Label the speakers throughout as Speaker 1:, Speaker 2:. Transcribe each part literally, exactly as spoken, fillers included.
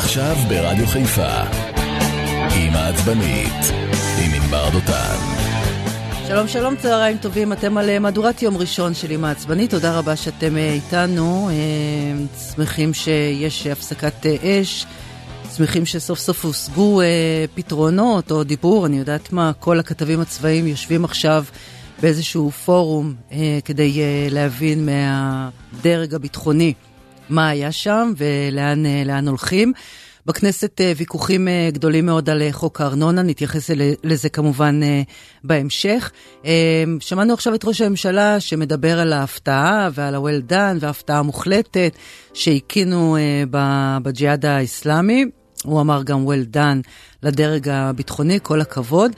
Speaker 1: עכשיו ברדיו חיפה עם העצבנית עם ענבר דותן.
Speaker 2: שלום שלום, צהריים טובים, אתם על מהדורת יום ראשון של עם העצבנית. תודה רבה שאתם איתנו, שמחים שיש הפסקת אש, שמחים שסוף סוף הושגו פתרונות או דיבור. אני יודעת מה, כל הכתבים הצבאיים יושבים עכשיו באיזשהו פורום כדי להבין מהדרג הביטחוני מה היה שם ולאן לאן הולכים. בכנסת ויכוחים גדולים מאוד על חוק הארנונה, נתייחס לזה כמובן בהמשך. שמענו עכשיו את ראש הממשלה שמדבר על ההפתעה ועל ה-well done וההפתעה המוחלטת שהקינו בג'יהאד האסלאמי. הוא אמר גם well done לדרג הביטחוני, כל הכבוד.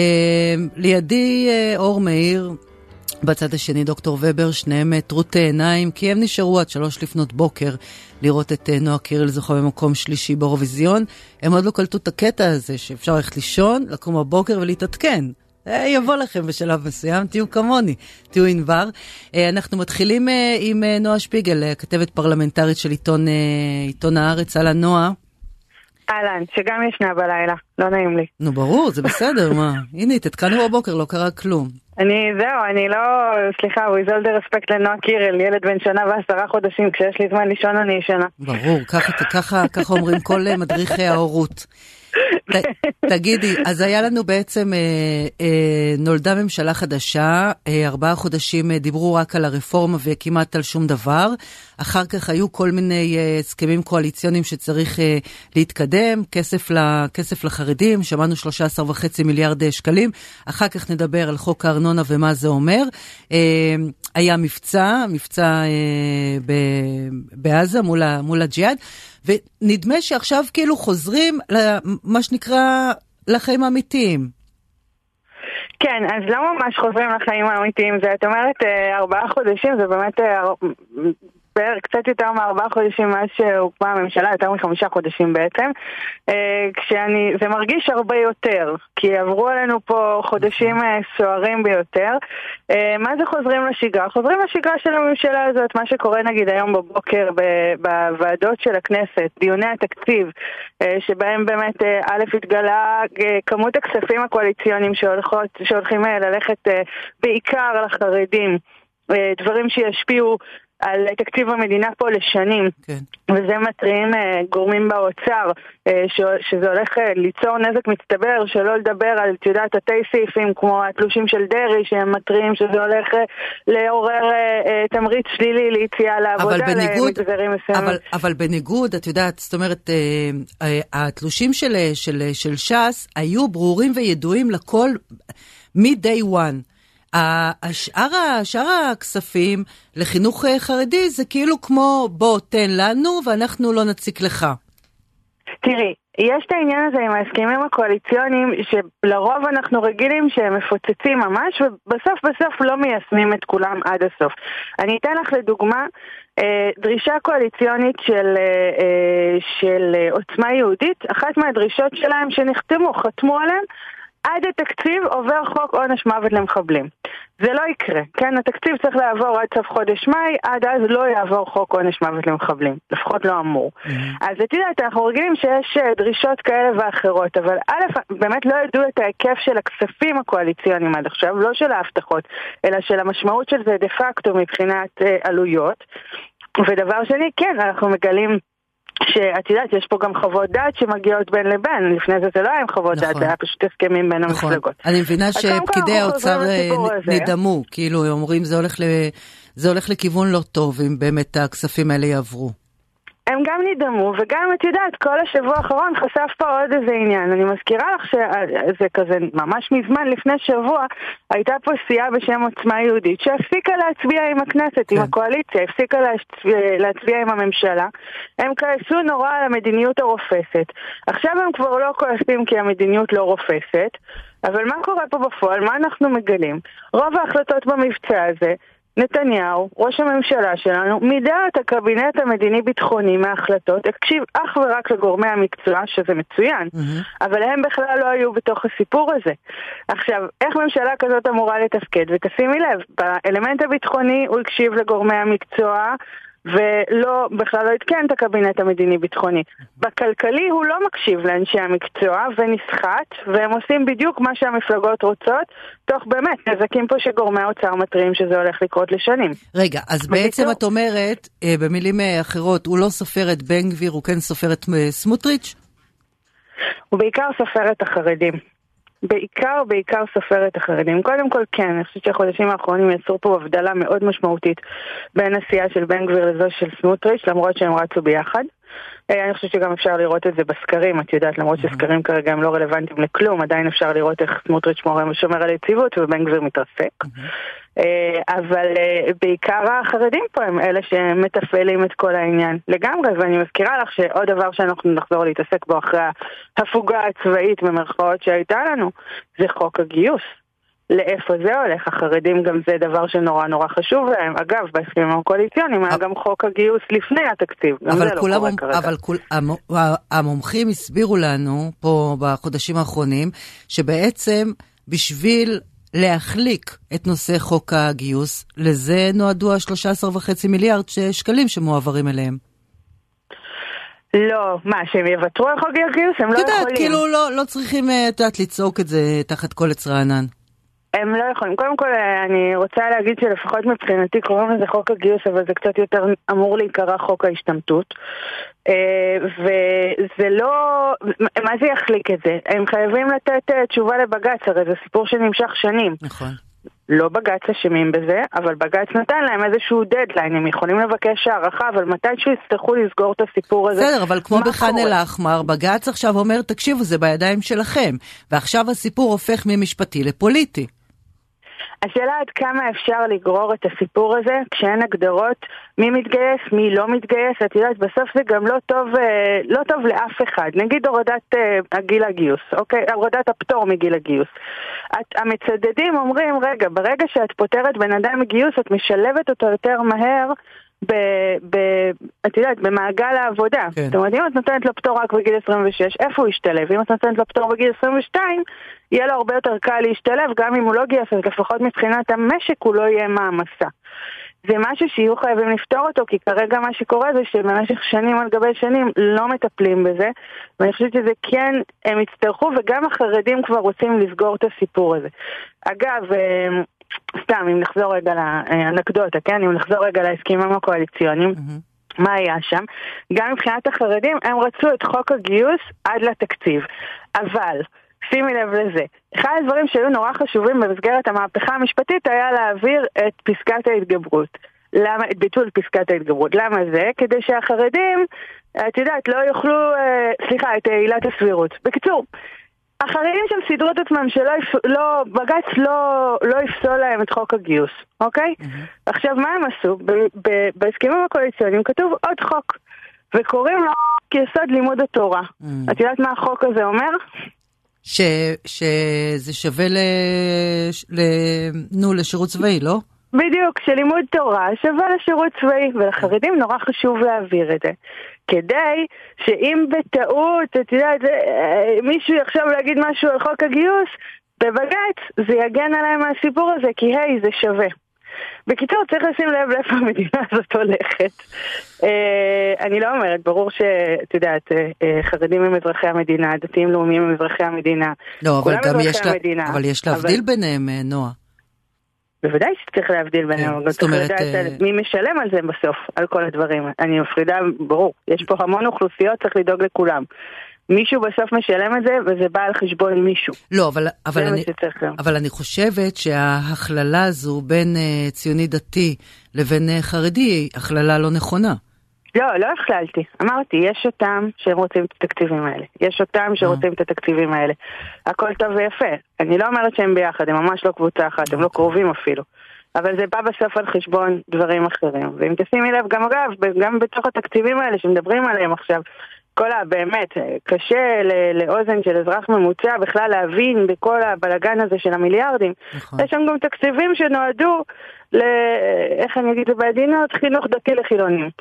Speaker 2: לידי אור מאיר, בצד השני דוקטור ובר, שניהם טרוט עיניים, כי הם נשארו עד שלוש לפנות בוקר לראות את נועה קירל זוכה במקום שלישי באירוויזיון. הם עוד לא קלטו את הקטע הזה שאפשר ללכת לישון, לקום בבוקר ולהתעדכן. יבוא לכם בשלב מסוים, תהיו כמוני, תהיו ענבר. אנחנו מתחילים עם נועה שפיגל, כתבת פרלמנטרית של עיתון, עיתון הארץ. על הנועה.
Speaker 3: אהלן, שגם ישנה בלילה, לא נעים לי.
Speaker 2: נו ברור, זה בסדר, מה? הנה, התעדכנו בבוקר, לא קרה כלום.
Speaker 3: אני, זהו, אני לא, סליחה, הוא איזול דה רספקט לנועה קירל, ילד בן שנה ועשרה חודשים, כשיש לי זמן לישון אני ישנה. ברור, ככה, ככה, ככה אומרים כל מדריכי ההורות. ת, תגידי, אז היה לנו בעצם, אה, אה, נולדה ממשלה חדשה, אה, ארבעה חודשים אה, דיברו רק על הרפורמה וכמעט על שום דבר, אחר כך היו כל מיני אה, הסכמים קואליציוניים שצריך אה, להתקדם, כסף, ל, כסף לחרדים, שמענו שלושה עשר וחצי מיליארד שקלים, אחר כך נדבר על חוק הארנונה ומה זה אומר. אה, היה מבצע, מבצע אה, ב, בעזה מול, מול הג'יהאד, ונדמה שעכשיו כאילו חוזרים למה שנקרא לחיים האמיתיים. כן, אז לא ממש חוזרים לחיים האמיתיים, זה את אומרת ארבעה חודשים, זה באמת קצת יותר מארבעה חודשים מאז שהוקמה הממשלה, יותר מחמישה חודשים בעצם, כשאני, זה מרגיש הרבה יותר, כי עברו עלינו פה חודשים סוערים ביותר. מה זה חוזרים לשגרה? חוזרים לשגרה של הממשלה הזאת, מה שקורה נגיד היום בבוקר בוועדות של הכנסת, דיוני התקציב, שבהם באמת א' התגלה כמות הכספים הקואליציוניים שהולכות, שהולכים ללכת בעיקר לחרדים, דברים שישפיעו על תקציב המדינה פה לשנים, כן. וזה מטריעים גורמים באוצר, שזה הולך ליצור נזק מצטבר, שלא לדבר על תיודעת התי סעיפים כמו התלושים של דרי, שהם מטריעים שזה הולך לעורר תמריץ שלילי ליציאה לעבודה.
Speaker 2: אבל בניגוד, אבל, אבל בניגוד, את יודעת, זאת אומרת, התלושים של, של, של ש"ס היו ברורים וידועים לכל מ-day one. השאר, השאר הכספים לחינוך חרדי זה כאילו כמו בוא תן לנו ואנחנו לא נציק לך.
Speaker 3: תראי, יש את העניין הזה עם ההסכמים הקואליציוניים שלרוב אנחנו רגילים שהם מפוצצים ממש ובסוף בסוף לא מיישמים את כולם עד הסוף. אני אתן לך לדוגמה דרישה קואליציונית של, של עוצמה יהודית, אחת מהדרישות שלהם שנחתמו, חתמו עליהם, עד התקציב עובר חוק עונש מוות למחבלים. זה לא יקרה, כן? התקציב צריך לעבור עד סוף חודש מאי, עד אז לא יעבור חוק עונש מוות למחבלים. לפחות לא אמור. Mm-hmm. אז את יודעת, אנחנו רגילים שיש דרישות כאלה ואחרות, אבל א', באמת לא ידעו את ההיקף של הכספים הקואליציוניים עד עכשיו, לא של ההבטחות, אלא של המשמעות של זה דה פקטו מבחינת אה, עלויות. ודבר שני, כן, אנחנו מגלים שאת יודעת, יש פה גם חוות דעת שמגיעות בין לבין, לפני זה זה לא היה עם חוות דעת, זה היה פשוט הסכמים בין המפלגות.
Speaker 2: אני מבינה שפקידי האוצר נדמו, כאילו אומרים זה הולך לכיוון לא טוב אם באמת הכספים האלה יעברו.
Speaker 3: הם גם נדמו, וגם את יודעת, כל השבוע האחרון חשף פה עוד איזה עניין. אני מזכירה לך שזה כזה ממש מזמן, לפני שבוע, הייתה פה סיעה בשם עוצמה יהודית, שהפסיקה להצביע עם הכנסת, כן. עם הקואליציה, הפסיקה להצביע עם הממשלה. הם כעסו נורא על המדיניות הרופסת. עכשיו הם כבר לא כועסים כי המדיניות לא רופסת, אבל מה קורה פה בפועל? מה אנחנו מגלים? רוב ההחלטות במבצע הזה, נתניהו, ראש הממשלה שלנו, מידע את הקבינט המדיני-ביטחוני מההחלטות, הקשיב אך ורק לגורמי המקצוע, שזה מצוין, mm-hmm. אבל הם בכלל לא היו בתוך הסיפור הזה. עכשיו, איך ממשלה כזאת אמורה לתפקד? ותשימי לב, באלמנט הביטחוני הוא הקשיב לגורמי המקצוע, ולא, בכלל לא התקן את הקבינט המדיני-ביטחוני. בכלכלי הוא לא מקשיב לאנשי המקצוע ונסחט, והם עושים בדיוק מה שהמפלגות רוצות, תוך באמת נזקים פה שגורמי האוצר מטרים שזה הולך לקרות לשנים.
Speaker 2: רגע, אז בעצם את אומרת, במילים אחרות, הוא לא סופר את בן גביר, הוא כן סופר את סמוטריץ'?
Speaker 3: הוא בעיקר סופר את החרדים. בעיקר, בעיקר סופר את החרדים. קודם כל כן, אני חושבת שהחודשים האחרונים יצרו פה הבדלה מאוד משמעותית בין עשייה של בן גביר לזו של סמוטריץ', למרות שהם רצו ביחד. אני חושבת שגם אפשר לראות את זה בסקרים, את יודעת, למרות שסקרים כרגע הם לא רלוונטיים לכלום, עדיין אפשר לראות איך סמוטריץ' שומר על יציבות ובן גביר מתרסק. אבל בעיקר החרדים פה הם אלה שמתפעלים את כל העניין לגמרי, ואני מזכירה לך שעוד דבר שאנחנו נחזור להתעסק בו אחרי ההפוגה הצבאית במרכאות שהייתה לנו, זה חוק הגיוס. לאיפה זה הולך? החרדים גם זה דבר שנורא נורא חשוב להם. אגב, בהסכמים הקואליציוניים היה גם חוק הגיוס לפני התקציב.
Speaker 2: אבל כולם, אבל כול, המומחים הסבירו לנו פה בחודשים האחרונים, שבעצם בשביל להחליק את נושא חוק הגיוס, לזה נועדו ה-שלושה עשר וחצי מיליארד שקלים שמועברים אליהם.
Speaker 3: לא, מה, שהם יוותרו על חוק הגיוס? הם לא יכולים.
Speaker 2: תדעת, כאילו לא, לא צריכים, תדעת, לצעוק את זה תחת כל עץ רענן.
Speaker 3: הם לא יכולים. קודם כל, אני רוצה להגיד שלפחות מבחינתי קוראים לזה חוק הגיוס, אבל זה קצת יותר אמור להיקרא חוק ההשתמטות. וזה לא... מה זה יחליק את זה? הם חייבים לתת תשובה לבג"ץ, הרי זה סיפור שנמשך שנים.
Speaker 2: נכון.
Speaker 3: לא בג"ץ אשמים בזה, אבל בג"ץ נתן להם איזשהו דדליין, הם יכולים לבקש הערכה, אבל מתישהו יצטרכו לסגור את הסיפור הזה.
Speaker 2: בסדר, אבל כמו בח'אן אל-אחמר, בג"ץ עכשיו אומר, תקשיבו, זה בידיים שלכם, ועכשיו הסיפור הופך ממשפטי לפוליטי.
Speaker 3: השאלה עד כמה אפשר לגרור את הסיפור הזה כשאין הגדרות מי מתגייס, מי לא מתגייס. את יודעת, בסוף זה גם לא טוב, לא טוב לאף אחד. נגיד הורדת הגיל הגיוס, אוקיי? הורדת הפטור מגיל הגיוס. את, המצדדים אומרים, רגע, ברגע שאת פותרת בן אדם מגיוס, את משלבת אותו יותר מהר ב, ב, את יודעת, במעגל העבודה.
Speaker 2: כן.
Speaker 3: זאת אומרת, אם את נותנת לו פטור רק בגיל עשרים ושש, איפה הוא ישתלב? אם את נותנת לו פטור בגיל עשרים ושתיים, יהיה לו הרבה יותר קל להשתלב, גם אם הוא לא גייס, אז לפחות מבחינת המשק הוא לא יהיה מעמסה. זה משהו שיהיו חייבים לפתור אותו, כי כרגע מה שקורה זה שבמשך שנים על גבי שנים לא מטפלים בזה, ואני חושבת שזה כן, הם יצטרכו, וגם החרדים כבר רוצים לסגור את הסיפור הזה. אגב, סתם, אם נחזור רגע לאנקדוטה, כן? אם נחזור רגע להסכמים הקואליציוניים, mm-hmm. מה היה שם? גם מבחינת החרדים, הם רצו את חוק הגיוס עד לתקציב. אבל, שימי לב לזה, אחד הדברים שהיו נורא חשובים במסגרת המהפכה המשפטית היה להעביר את פסקת ההתגברות. למה? את ביטול פסקת ההתגברות. למה זה? כדי שהחרדים, את יודעת, לא יוכלו, סליחה, את עילת הסבירות. בקיצור, החרדים שם סידרו את עצמם שלא, לא, בג"ץ לא, לא יפסול להם את חוק הגיוס, אוקיי? Mm-hmm. עכשיו, מה הם עשו? ב- ב- בהסכמים הקואליציוניים כתוב עוד חוק, וקוראים לו כיסוד לימוד התורה. Mm-hmm. את יודעת מה החוק הזה אומר?
Speaker 2: ש, שזה שווה ל, ל, נו, לשירות צבאי, לא?
Speaker 3: בדיוק, שלימוד תורה שווה לשירות צבאי, ולחרדים נורא חשוב להעביר את זה. כדי שאם בטעות, אתה יודע, מישהו יחשוב להגיד משהו על חוק הגיוס, בבג"ץ זה יגן עליהם מהסיפור הזה, כי היי, זה שווה. בקיצור, צריך לשים לב לאיפה המדינה הזאת הולכת. אני לא אומרת, ברור שאת יודעת, חרדים הם אזרחי המדינה, דתיים לאומיים הם אזרחי המדינה.
Speaker 2: לא, אבל גם יש לה, אבל יש להבדיל ביניהם, נועה.
Speaker 3: בוודאי שצריך להבדיל ביניהם, גם צריך לדעת מי משלם על זה בסוף, על כל הדברים. אני מפרידה, ברור, יש פה המון אוכלוסיות, צריך לדאוג לכולם. מישהו בסוף משלם את זה, וזה בא על חשבון מישהו.
Speaker 2: לא, אבל, אבל, אני, אבל אני חושבת שההכללה הזו בין uh, ציוני דתי לבין uh, חרדי היא הכללה לא נכונה.
Speaker 3: לא, לא הכללתי. אמרתי, יש אותם שהם רוצים את התקציבים האלה. יש אותם שרוצים את התקציבים האלה. הכל טוב ויפה. אני לא אומרת שהם ביחד, הם ממש לא קבוצה אחת, הם לא קרובים אפילו. אבל זה בא בסוף על חשבון דברים אחרים. ואם תשימי לב, גם אגב, גם בתוך התקציבים האלה שמדברים עליהם עכשיו, כל באמת, קשה לאוזן של אזרח ממוצע בכלל להבין בכל הבלגן הזה של המיליארדים. נכון. יש שם גם תקציבים שנועדו, ל... איך אני אגיד את זה בעדינות, חינוך דתי לחילונים.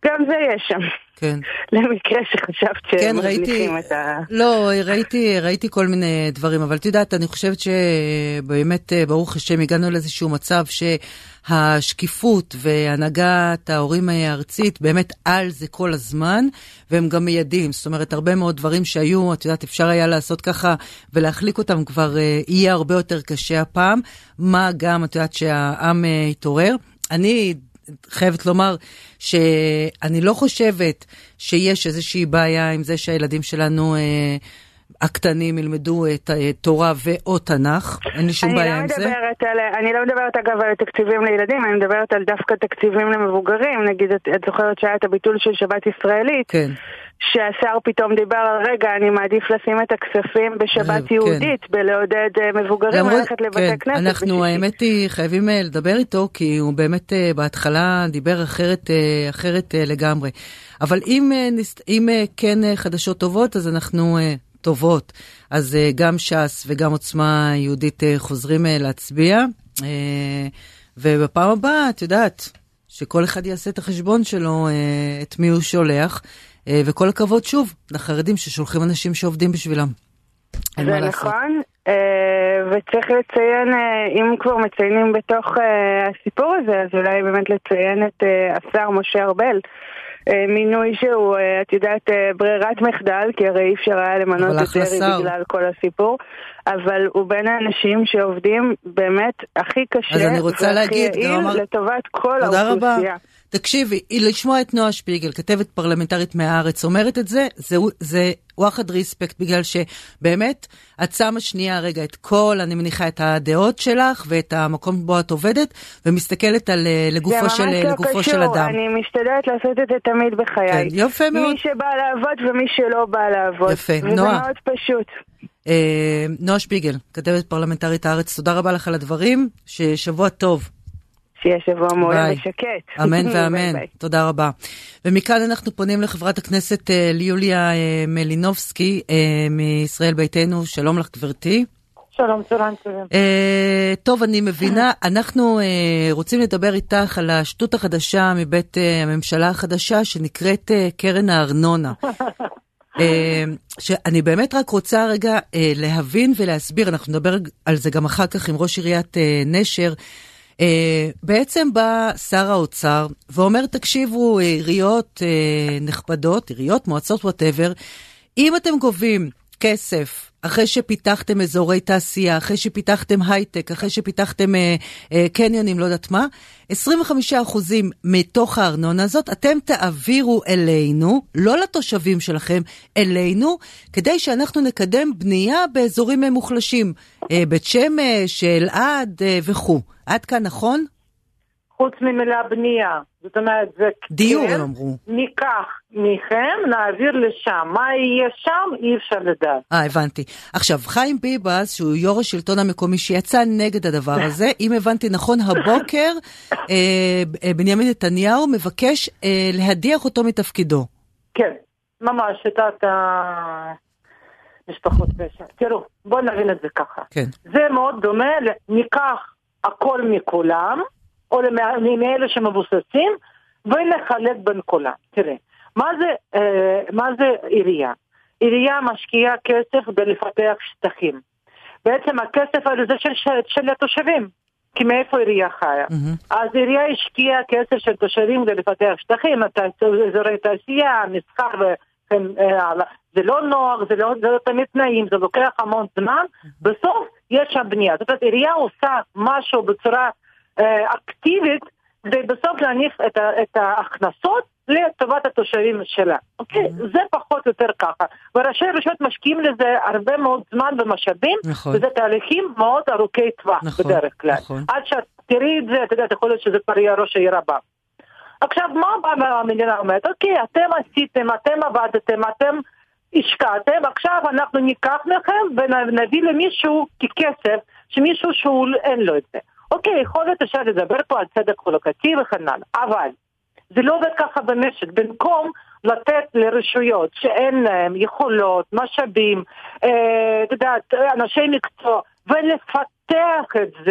Speaker 3: גם זה יש שם.
Speaker 2: כן.
Speaker 3: למקרה שחשבת
Speaker 2: כן, ראיתי,
Speaker 3: את ה...
Speaker 2: לא, ראיתי, ראיתי כל מיני דברים, אבל תדעת, אני חושבת שבאמת, ברוך השם, הגענו לאיזשהו מצב שהשקיפות והנהגת ההורים הארצית באמת על זה כל הזמן, והם גם מיידים. זאת אומרת, הרבה מאוד דברים שהיו, את יודעת, אפשר היה לעשות ככה ולהחליק אותם כבר יהיה הרבה יותר קשה הפעם. מה גם, את יודעת, שהעם התעורר. אני חייבת לומר שאני לא חושבת שיש איזושהי בעיה עם זה שהילדים שלנו אה, הקטנים ילמדו את תורה ואו תנ"ך. אין לי שום בעיה
Speaker 3: לא
Speaker 2: עם זה.
Speaker 3: על, אני לא מדברת אגב על תקציבים לילדים, אני מדברת על דווקא תקציבים למבוגרים. נגיד, את, את זוכרת שהיה את הביטול של שבת ישראלית?
Speaker 2: כן.
Speaker 3: שהשר פתאום דיבר על רגע, אני מעדיף לשים את הכספים בשבת כן. יהודית, בלעודד מבוגרים ללכת לבתי כן. כנסת.
Speaker 2: אנחנו, בשישי. האמת היא, חייבים לדבר איתו, כי הוא באמת בהתחלה דיבר אחרת, אחרת לגמרי. אבל אם, אם כן חדשות טובות, אז אנחנו טובות. אז גם ש"ס וגם עוצמה יהודית חוזרים להצביע, ובפעם הבאה, את יודעת, שכל אחד יעשה את החשבון שלו, את מי הוא שולח, וכל הכבוד שוב לחרדים ששולחים אנשים שעובדים בשבילם.
Speaker 3: זה נכון, וצריך לציין, אם כבר מציינים בתוך הסיפור הזה, אז אולי באמת לציין את השר משה ארבל, מינוי שהוא, את יודעת, ברירת מחדל, כי הרי אי אפשר היה למנות את דרעי בגלל כל הסיפור, אבל הוא בין האנשים שעובדים באמת הכי קשה והכי יעיל לטובת כל האוכלוסייה.
Speaker 2: תקשיבי, לשמוע את נועה שפיגל, כתבת פרלמנטרית מהארץ, אומרת את זה, זה, זה וואחד ריספקט, בגלל שבאמת, את שמה שנייה רגע את כל, אני מניחה את הדעות שלך, ואת המקום בו את עובדת, ומסתכלת על לגופו של, לגופו של אדם.
Speaker 3: אני משתדלת לעשות את זה תמיד בחיי.
Speaker 2: כן, יפה מאוד.
Speaker 3: מי שבא לעבוד ומי שלא בא לעבוד.
Speaker 2: יפה,
Speaker 3: וזה
Speaker 2: נועה.
Speaker 3: מאוד פשוט.
Speaker 2: אה, נועה שפיגל, כתבת פרלמנטרית הארץ, תודה רבה לך על הדברים, ששבוע טוב.
Speaker 3: שיהיה שבוע מעולה ושקט.
Speaker 2: אמן ואמן, תודה רבה. ומכאן אנחנו פונים לחברת הכנסת ליוליה מלינובסקי מישראל ביתנו. שלום לך גברתי.
Speaker 4: שלום, צהריים טובים.
Speaker 2: טוב, אני מבינה, אנחנו רוצים לדבר איתך על השטות החדשה מבית הממשלה החדשה שנקראת קרן הארנונה. שאני באמת רק רוצה רגע להבין ולהסביר, אנחנו נדבר על זה גם אחר כך עם ראש עיריית נשר. Uh, בעצם בא שר האוצר ואומר, תקשיבו, עיריות uh, נכבדות, עיריות, מועצות, whatever, אם אתם גובים כסף אחרי שפיתחתם אזורי תעשייה, אחרי שפיתחתם הייטק, אחרי שפיתחתם uh, uh, קניונים, לא יודעת מה, עשרים וחמישה אחוזים מתוך הארנונה הזאת, אתם תעבירו אלינו, לא לתושבים שלכם, אלינו, כדי שאנחנו נקדם בנייה באזורים מוחלשים, uh, בית שמש, אלעד uh, וכו'. עד כאן נכון?
Speaker 4: חוץ ממילה בנייה. זאת אומרת, זה
Speaker 2: דיור, הם אמרו.
Speaker 4: ניקח מכם, נעביר לשם. מה יהיה שם, אי אפשר לדעת.
Speaker 2: אה, הבנתי. עכשיו, חיים ביבס, שהוא יו"ר השלטון המקומי, שיצא נגד הדבר הזה, אם הבנתי נכון, הבוקר, אה, בנימין נתניהו מבקש אה, להדיח אותו מתפקידו.
Speaker 4: כן, ממש, שיטת המשפחות פשע. תראו, בואו נבין את זה ככה.
Speaker 2: כן.
Speaker 4: זה מאוד דומה, ניקח הכל מכולם, או מאלה שמבוססים, ונחלק בין כולם. תראה, מה זה, אה, מה זה עירייה? עירייה משקיעה כסף בלפתח שטחים. בעצם הכסף הזה זה של, של התושבים, כי מאיפה עירייה חיה. Mm-hmm. אז עירייה השקיעה כסף של תושבים בלפתח שטחים, אזורי תעשייה, מסחר וכן הלאה. זה לא נוח, זה לא, זה לא תמיד תנאים, זה לוקח המון זמן, בסוף יש שם בנייה. זאת אומרת, עירייה עושה משהו בצורה אה, אקטיבית, ובסוף להניף את, ה, את ההכנסות לטובת התושבים שלה. אוקיי? Mm-hmm. זה פחות או יותר ככה. וראשי רשויות משקיעים לזה הרבה מאוד זמן ומשאבים,
Speaker 2: נכון.
Speaker 4: וזה תהליכים מאוד ארוכי טווח, נכון, בדרך כלל. נכון. עד שאת תראי את זה, אתה יודע, יכול להיות שזה כבר יהיה ראש העיר הבא. עכשיו, מה המדינה אומרת? אוקיי, אתם עשיתם, אתם עבדתם, אתם השקעתם, עכשיו אנחנו ניקח לכם ונביא למישהו ככסף, שמישהו שהוא אין לו את זה. אוקיי, יכול להיות אפשר לדבר פה על צדק חלוקתי וכן הלאה, אבל זה לא עובד ככה במשק. במקום לתת לרשויות שאין להם יכולות, משאבים, אה, אתה יודע, אנשי מקצוע, ולפתח את זה,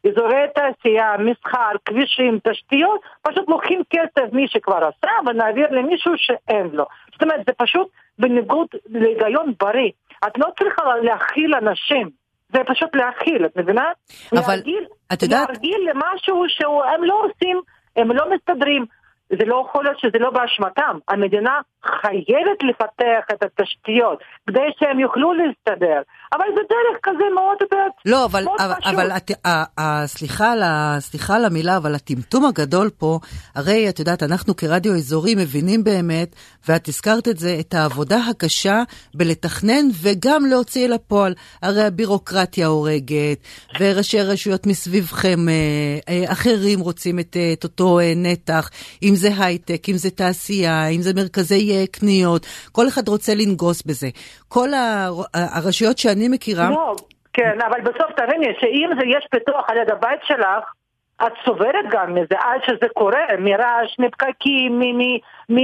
Speaker 4: אזורי תעשייה, מסחר, כבישים, תשתיות, פשוט לוקחים כסף מי שכבר עשה ונעביר למישהו שאין לו. זאת אומרת, זה פשוט בניגוד להיגיון בריא. את לא צריכה להכיל אנשים, זה פשוט להכיל, את מבינה?
Speaker 2: אבל
Speaker 4: להרגיל,
Speaker 2: את יודעת...
Speaker 4: להרגיל למשהו שהם לא עושים, הם לא מסתדרים. זה לא יכול להיות שזה לא באשמתם. המדינה חייבת לפתח את התשתיות כדי שהם יוכלו להסתדר. אבל זה דרך כזה מאוד מאוד
Speaker 2: לא, אבל, אבל, אבל את, ה, ה, סליחה, על ה, סליחה על המילה, אבל הטמטום הגדול פה, הרי את יודעת, אנחנו כרדיו אזורי מבינים באמת, ואת הזכרת את זה, את העבודה הקשה בלתכנן וגם להוציא לפועל. הרי הבירוקרטיה הורגת, וראשי רשויות מסביבכם אחרים רוצים את, את אותו נתח, אם זה הייטק, אם זה תעשייה, אם זה מרכזי קניות, כל אחד רוצה לנגוס בזה. כל הרשויות שאני מכירה...
Speaker 4: לא, כן, אבל בסוף תביני שאם זה יש פיתוח על יד הבית שלך, את סוברת גם מזה, עד שזה קורה, מרעש, מפקקים, מ... מ...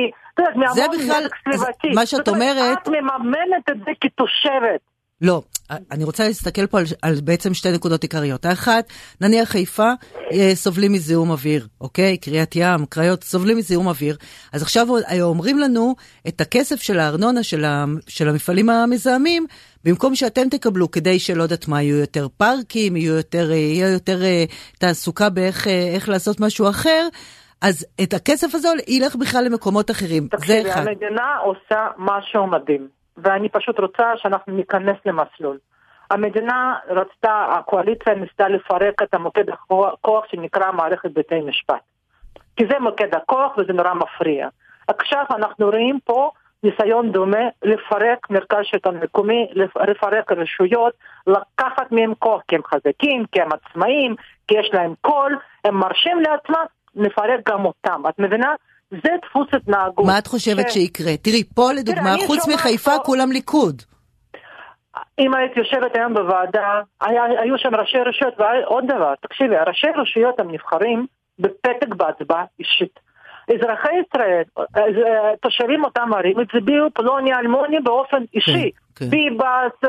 Speaker 2: זה בכלל, מה שאת אומרת...
Speaker 4: את מממנת את זה כתושבת.
Speaker 2: לא, אני רוצה להסתכל פה על, על בעצם שתי נקודות עיקריות. האחת, נניח חיפה סובלים מזיהום אוויר, אוקיי? קריית ים, קריות סובלים מזיהום אוויר. אז עכשיו אומרים לנו את הכסף של הארנונה של, ה, של המפעלים המזהמים, במקום שאתם תקבלו כדי שלא יודעת מה, יהיו יותר פארקים, יהיו יותר, יהיו יותר תעסוקה באיך איך לעשות משהו אחר, אז את הכסף הזה ילך בכלל למקומות אחרים.
Speaker 4: תקשיבי, המדינה עושה משהו מדהים. ואני פשוט רוצה שאנחנו ניכנס למסלול. המדינה רצתה, הקואליציה ניסתה לפרק את המוקד הכוח שנקרא מערכת בתי משפט. כי זה מוקד הכוח וזה נורא מפריע. עכשיו אנחנו רואים פה ניסיון דומה לפרק מרכז שלטון מקומי, לפרק רשויות, לקחת מהם כוח כי הם חזקים, כי הם עצמאים, כי יש להם קול, הם מרשים לעצמם, נפרק גם אותם. את מבינה? זה דפוס התנהגות.
Speaker 2: מה את חושבת שיקרה? תראי, פה לדוגמה, חוץ מחיפה כולם ליכוד.
Speaker 4: אם היית יושבת היום בוועדה, היו שם ראשי רשויות, ועוד דבר, תקשיבי, ראשי רשויות הם נבחרים בפתק בהצבעה אישית. אזרחי ישראל, תושבים אותם ערים, הצביעו פלוני אלמוני באופן אישי. ביבס,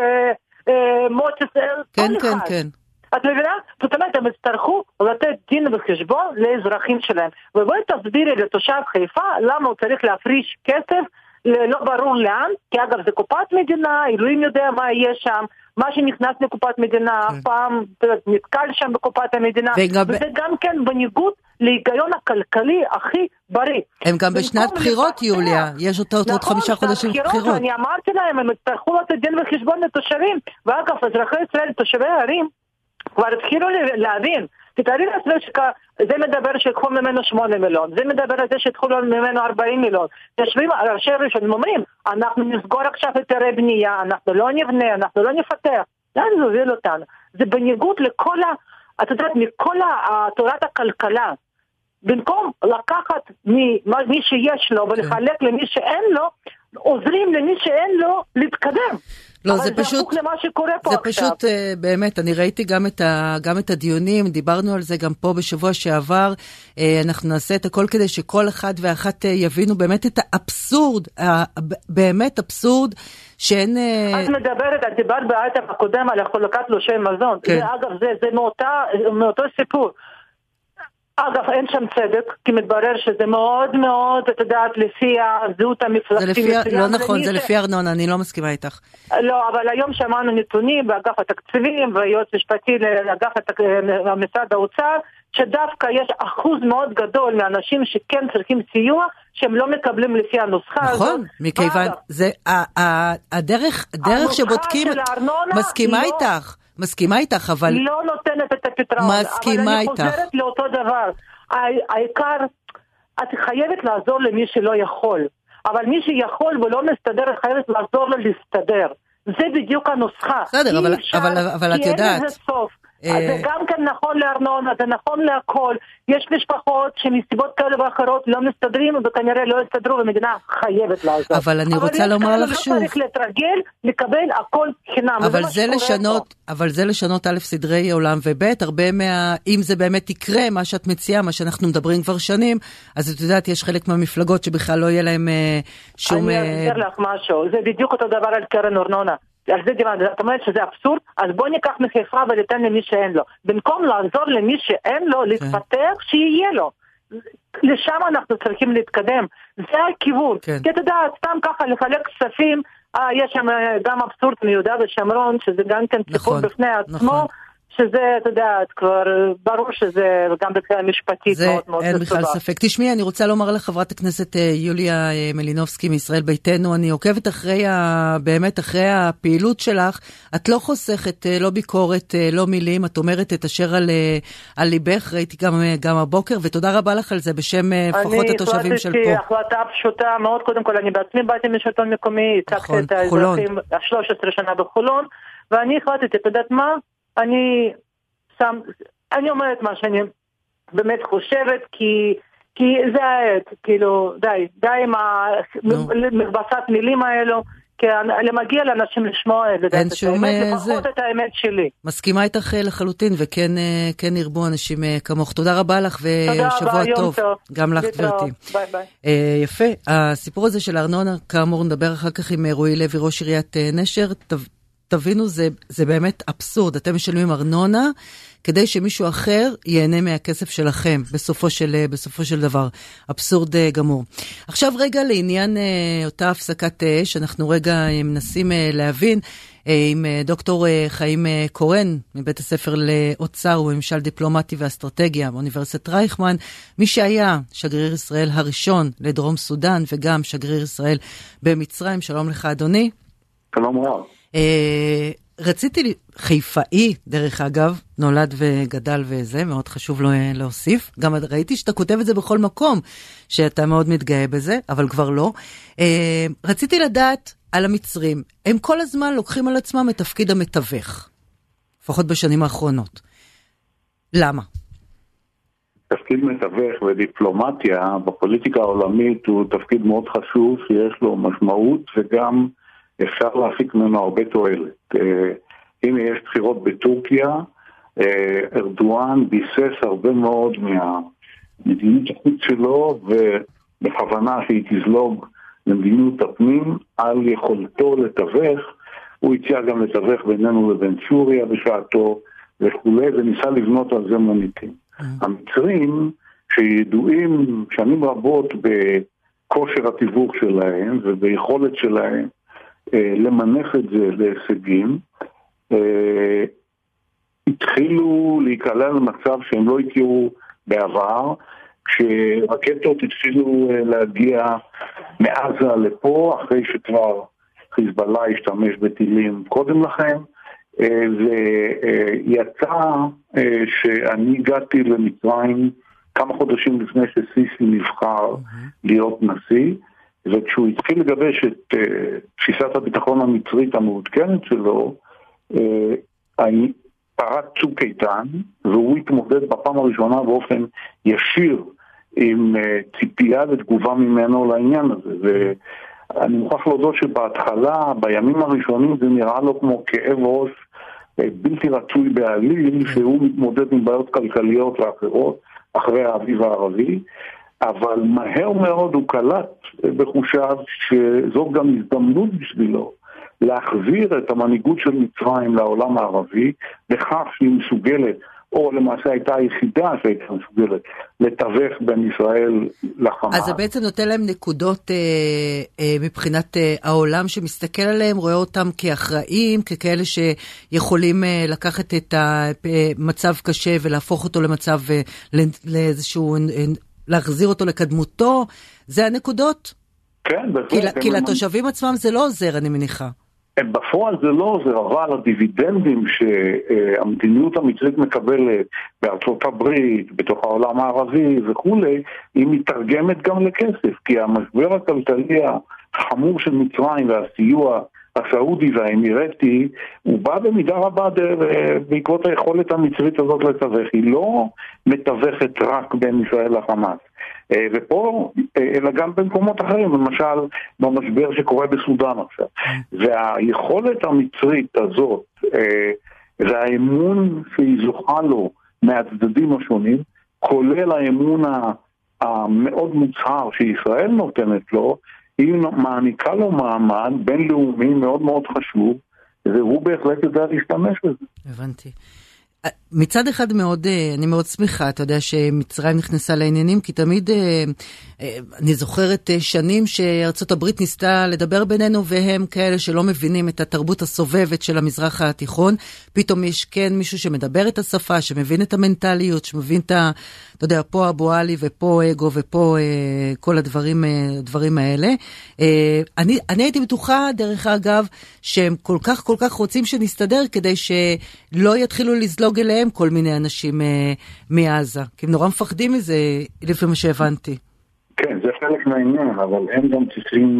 Speaker 4: מוצס,
Speaker 2: כן, כן, כן.
Speaker 4: את מבינה? זאת אומרת, הם יצטרכו לתת דין וחשבון לאזרחים שלהם. ובואי תסבירי לתושב חיפה למה הוא צריך להפריש כסף לא ברור לאן, כי אגב זה קופת מדינה, אלוהים יודע מה יהיה שם, מה שנכנס לקופת מדינה, אף פעם נתקל שם בקופת המדינה, וזה גם כן בניגוד להיגיון הכלכלי הכי בריא.
Speaker 2: הם גם בשנת בחירות, יוליה, יש אותה עוד חמישה חודשים בחירות.
Speaker 4: אני אמרתי להם, הם יצטרכו לתת דין וחשבון לתושבים, ואגב, אזרחי ישראל, תושבי הערים, כבר התחילו להבין, תתארי לעצמם שזה מדבר שיקחו ממנו שמונה מיליון, זה מדבר על זה שיקחו ממנו ארבעים מיליון. יושבים ראשי ראשונים אומרים, אנחנו נסגור עכשיו היתרי בנייה, אנחנו לא נבנה, אנחנו לא נפתח. לאן זה הוביל אותנו? זה בניגוד לכל ה... את יודעת, מכל תורת הכלכלה. במקום לקחת מי שיש לו ולחלק למי שאין לו, עוזרים למי שאין לו להתקדם.
Speaker 2: לא, זה פשוט,
Speaker 4: למה שקורה פה
Speaker 2: זה
Speaker 4: עכשיו.
Speaker 2: פשוט, באמת, אני ראיתי גם את, ה, גם את הדיונים, דיברנו על זה גם פה בשבוע שעבר, אנחנו נעשה את הכל כדי שכל אחד ואחת יבינו באמת את האבסורד, באמת אבסורד, שאין...
Speaker 4: את מדברת, את דיברת באייטם הקודם על חלוקת תלושי מזון, כן. זה אגב, זה, זה מאותה, מאותו סיפור. אגב, אין שם צדק, כי מתברר שזה מאוד מאוד, את יודעת, לפי הזהות המפלגתית.
Speaker 2: לא נכון, זה לפי ארנונה, אני לא מסכימה איתך.
Speaker 4: לא, אבל היום שמענו נתונים באגף התקציבים, והיועץ משפטי לאגף המשרד האוצר, שדווקא יש אחוז מאוד גדול מאנשים שכן צריכים סיוע, שהם לא מקבלים לפי הנוסחה הזאת.
Speaker 2: נכון, מכיוון, זה, הדרך שבודקים, מסכימה איתך. מסכימה איתך, אבל...
Speaker 4: לא נותנת את הפתרון.
Speaker 2: מסכימה איתך.
Speaker 4: אבל אני חוזרת לאותו דבר. העיקר, את חייבת לעזור למי שלא יכול. אבל מי שיכול ולא מסתדר, את חייבת לעזור לו להסתדר. זה בדיוק הנוסחה.
Speaker 2: בסדר, אבל, אבל, אבל את יודעת...
Speaker 4: כי אין לזה סוף. זה גם כן נכון לארנונה, זה נכון להכל. יש משפחות שמסיבות כאלה ואחרות לא מסתדרים, וכנראה לא יסתדרו, ומדינה חייבת לעזור.
Speaker 2: אבל אני רוצה לומר לך שוב.
Speaker 4: אבל לא צריך להתרגל, לקבל הכל חינם.
Speaker 2: אבל זה לשנות, אבל זה לשנות א' סדרי עולם וב' הרבה מה, אם זה באמת יקרה, מה שאת מציעה, מה שאנחנו מדברים כבר שנים, אז את יודעת, יש חלק מהמפלגות שבכלל לא יהיה להם שום...
Speaker 4: אני אסביר לך משהו, זה בדיוק אותו דבר על קרן ארנונה. על זה דיברנו, זאת אומרת שזה אבסורד, אז בוא ניקח מחיפה וניתן למי שאין לו. במקום לעזור למי שאין לו, להתפתח, שיהיה לו. לשם אנחנו צריכים להתקדם. זה הכיוון. כי אתה יודע, סתם ככה לחלק כספים, יש שם גם אבסורד מיהודה ושומרון, שזה גם כן סיפור בפני עצמו, שזה, אתה יודע, כבר ברור שזה גם בקריאה משפטית מאוד מאוד
Speaker 2: מסובך. זה אין בכלל ספק. תשמעי, אני רוצה לומר לחברת הכנסת יוליה מלינובסקי מישראל ביתנו, אני עוקבת אחרי, באמת אחרי הפעילות שלך, את לא חוסכת, לא ביקורת, לא מילים, את אומרת את אשר על, על ליבך, ראיתי גם, גם הבוקר, ותודה רבה לך על זה בשם לפחות התושבים של פה.
Speaker 4: אני החלטתי החלטה פשוטה מאוד, קודם כל אני בעצמי באתי משלטון מקומי, הצגתי את האזרחים שלוש עשרה שנה בחולון, ואני החלטתי, אתה יודעת מה? אני שם, אני אומרת מה שאני באמת חושבת, כי, כי זה העת, כאילו, די, די עם המרבצת מילים האלו, כי למגיע לאנשים לשמוע את זה, לפחות את האמת שלי.
Speaker 2: מסכימה איתך לחלוטין, וכן כן ירבו אנשים כמוך. תודה רבה לך ושבוע טוב. גם לך גברתי.
Speaker 4: ביי ביי.
Speaker 2: יפה, הסיפור הזה של ארנונה, כאמור נדבר אחר כך עם רועי לוי, ראש עיריית נשר. תבינו, זה, זה באמת אבסורד. אתם משלמים ארנונה כדי שמישהו אחר ייהנה מהכסף שלכם, בסופו של, בסופו של דבר. אבסורד גמור. עכשיו רגע לעניין אותה הפסקת אש, אנחנו רגע מנסים להבין עם דוקטור חיים קורן, מבית הספר לאוצר וממשל דיפלומטי ואסטרטגיה באוניברסיטת רייכמן, מי שהיה שגריר ישראל הראשון לדרום סודן, וגם שגריר ישראל במצרים. שלום לך אדוני.
Speaker 5: שלום רב.
Speaker 2: רציתי, חיפאי דרך אגב, נולד וגדל וזה, מאוד חשוב לו להוסיף. גם ראיתי שאתה כותב את זה בכל מקום, שאתה מאוד מתגאה בזה, אבל כבר לא. רציתי לדעת על המצרים, הם כל הזמן לוקחים על עצמם את תפקיד המתווך, לפחות בשנים האחרונות. למה?
Speaker 5: תפקיד מתווך ודיפלומטיה בפוליטיקה העולמית הוא תפקיד מאוד חשוב, שיש לו משמעות וגם אפשר להפיק ממנו הרבה תועלת. הנה יש בחירות בטורקיה, ארדואן ביסס הרבה מאוד מהמדיניות החוץ שלו, ובכוונה שהיא תזלוג למדיניות הפנים על יכולתו לתווך. הוא הציע גם לתווך בינינו לבין סוריה בשעתו וכולי, וניסה לבנות על זה מוניטין. המצרים שידועים שנים רבות בכושר התיווך שלהם וביכולת שלהם למנף את זה להישגים, התחילו להיקלע למצב שהם לא הכירו בעבר, כשרקטות התחילו להגיע מעזה לפה, אחרי שכבר חיזבאללה השתמש בטילים קודם לכן, ויצא שאני הגעתי למצרים כמה חודשים לפני שסיסי נבחר להיות נשיא, וכשהוא התחיל לגבש את uh, תפיסת הביטחון המצרית המעודכנת שלו, uh, פרץ צוק איתן, והוא התמודד בפעם הראשונה באופן ישיר עם uh, ציפייה ותגובה ממנו לעניין הזה. ואני מוכרח להודות שבהתחלה, בימים הראשונים, זה נראה לו כמו כאב ראש uh, בלתי רצוי בעליל, שהוא מתמודד עם בעיות כלכליות ואחרות אחרי האביב הערבי, אבל מהר מאוד הוא קלט בחושיו שזו גם הזדמנות בשבילו להחזיר את המנהיגות של מצרים לעולם הערבי, בכך שהיא מסוגלת, או למעשה הייתה היחידה שהייתה מסוגלת, לתווך בין ישראל לחמאס.
Speaker 2: אז זה בעצם נותן להם נקודות אה, אה, מבחינת אה, העולם שמסתכל עליהם, רואה אותם כאחראים, ככאלה שיכולים אה, לקחת את המצב קשה ולהפוך אותו למצב, אה, לאיזשהו... אה, להחזיר אותו לקדמותו, זה הנקודות?
Speaker 5: כן,
Speaker 2: כי, כי לתושבים עצמם זה לא עוזר, אני מניחה.
Speaker 5: בפועל זה לא עוזר, אבל הדיבידנדים שהמדיניות המצרית מקבלת בארצות הברית, בתוך העולם הערבי וכו', היא מתרגמת גם לכסף, כי המשבר הכלכלי החמור של מצרים והסיוע הסעודי והאמירתי, הוא בא במידה רבה בעקבות היכולת המצרית הזאת לתווך. היא לא מתווכת רק בין ישראל לחמאס. ופה, אלא גם במקומות אחרים, למשל במשבר שקורה בסודן עכשיו. והיכולת המצרית הזאת, והאמון שהיא זוכה לו מהצדדים השונים, כולל האמון המאוד מוצהר שישראל נותנת לו, היא מעניקה לו מעמד בינלאומי מאוד מאוד חשוב, והוא בהחלט יודע להשתמש בזה.
Speaker 2: הבנתי. מצד אחד מאוד, אני מאוד שמחה, אתה יודע שמצרים נכנסה לעניינים, כי תמיד, אני זוכרת שנים שארצות הברית ניסתה לדבר בינינו, והם כאלה שלא מבינים את התרבות הסובבת של המזרח התיכון, פתאום יש כן מישהו שמדבר את השפה, שמבין את המנטליות, שמבין את ה... אתה יודע, פה אבו עלי ופה אגו ופה כל הדברים, הדברים האלה. אני, אני הייתי בטוחה, דרך אגב, שהם כל כך כל כך רוצים שנסתדר, כדי שלא יתחילו לזלוג אליהם כל מיני אנשים מעזה. כי הם נורא מפחדים מזה, לפי מה שהבנתי.
Speaker 5: כן, זה חלק מהעניין, אבל הם גם צריכים,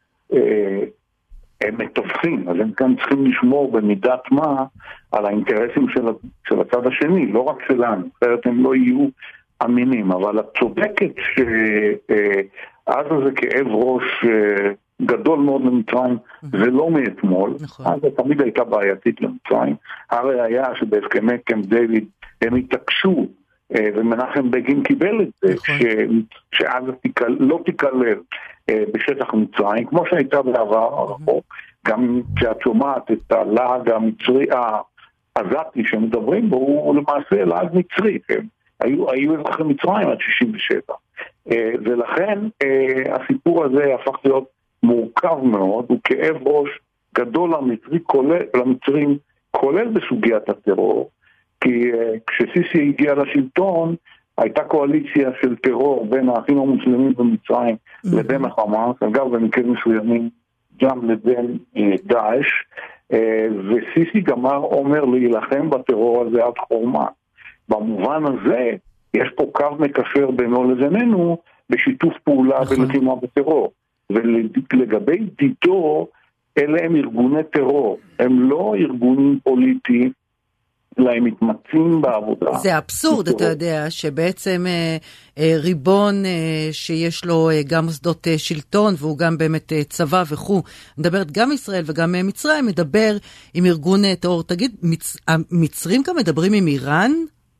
Speaker 5: הם מתווכים, אז הם גם צריכים לשמור במידת מה על האינטרסים של הצד השני, לא רק שלנו, אחרת הם לא יהיו אמינים, אבל את צודקת שעזה זה כאב ראש גדול מאוד למצרים, ולא מאתמול, עזה תמיד הייתה בעייתית למצרים, הרי היה שבהסכמי קמפ דיוויד הם התעקשו, ומנחם בגין קיבל את זה, שעזה לא תיכלל בשטח מצרים, כמו שהייתה בעבר הרחוק, גם כשאת שומעת את הלהג המצרי, העזתי שמדברים בו, הוא למעשה להג מצרי, היו, היו אזרחי מצרים עד שישים ושבע. ולכן הסיפור הזה הפך להיות מורכב מאוד, הוא כאב ראש גדול למצרי, כולל, למצרים, כולל בסוגיית הטרור, כי כשסיסי הגיע לשלטון, הייתה קואליציה של טרור בין האחים המוסלמים במצרים לבין החמאס, אגב במקרים מסוימים גם לבין דאעש, וסיסי גמר אומר להילחם בטרור הזה עד חורמה. במובן הזה יש פה קו מקשר בינו לבינינו בשיתוף פעולה בלחימה בטרור. ולגבי דידו, אלה הם ארגוני טרור, הם לא ארגונים פוליטיים, אלא הם מתמצאים בעבודה.
Speaker 2: זה אבסורד, אתה יודע, שבעצם אה, אה, ריבון אה, שיש לו אה, גם מוסדות אה, שלטון, והוא גם באמת אה, צבא וכו', מדברת גם ישראל וגם אה, מצרים, מדבר עם ארגון אה, טרור. תגיד, מצ... המצרים גם מדברים עם איראן?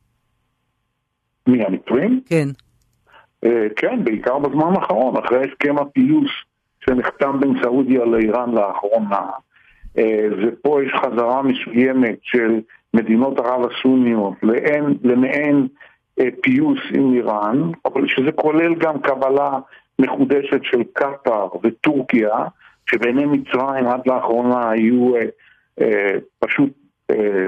Speaker 5: מי, המצרים?
Speaker 2: כן.
Speaker 5: אה, כן, בעיקר בזמן האחרון, אחרי הסכם הפיוס שנחתם בין סעודיה לאיראן לאחרונה, אה, ופה יש חזרה מסוימת של מדינות ערב הסוניות לאין, למעין אה, פיוס עם איראן, אבל שזה כולל גם קבלה מחודשת של קטר וטורקיה, שביני מצרים עד לאחרונה היו אה, אה, פשוט אה,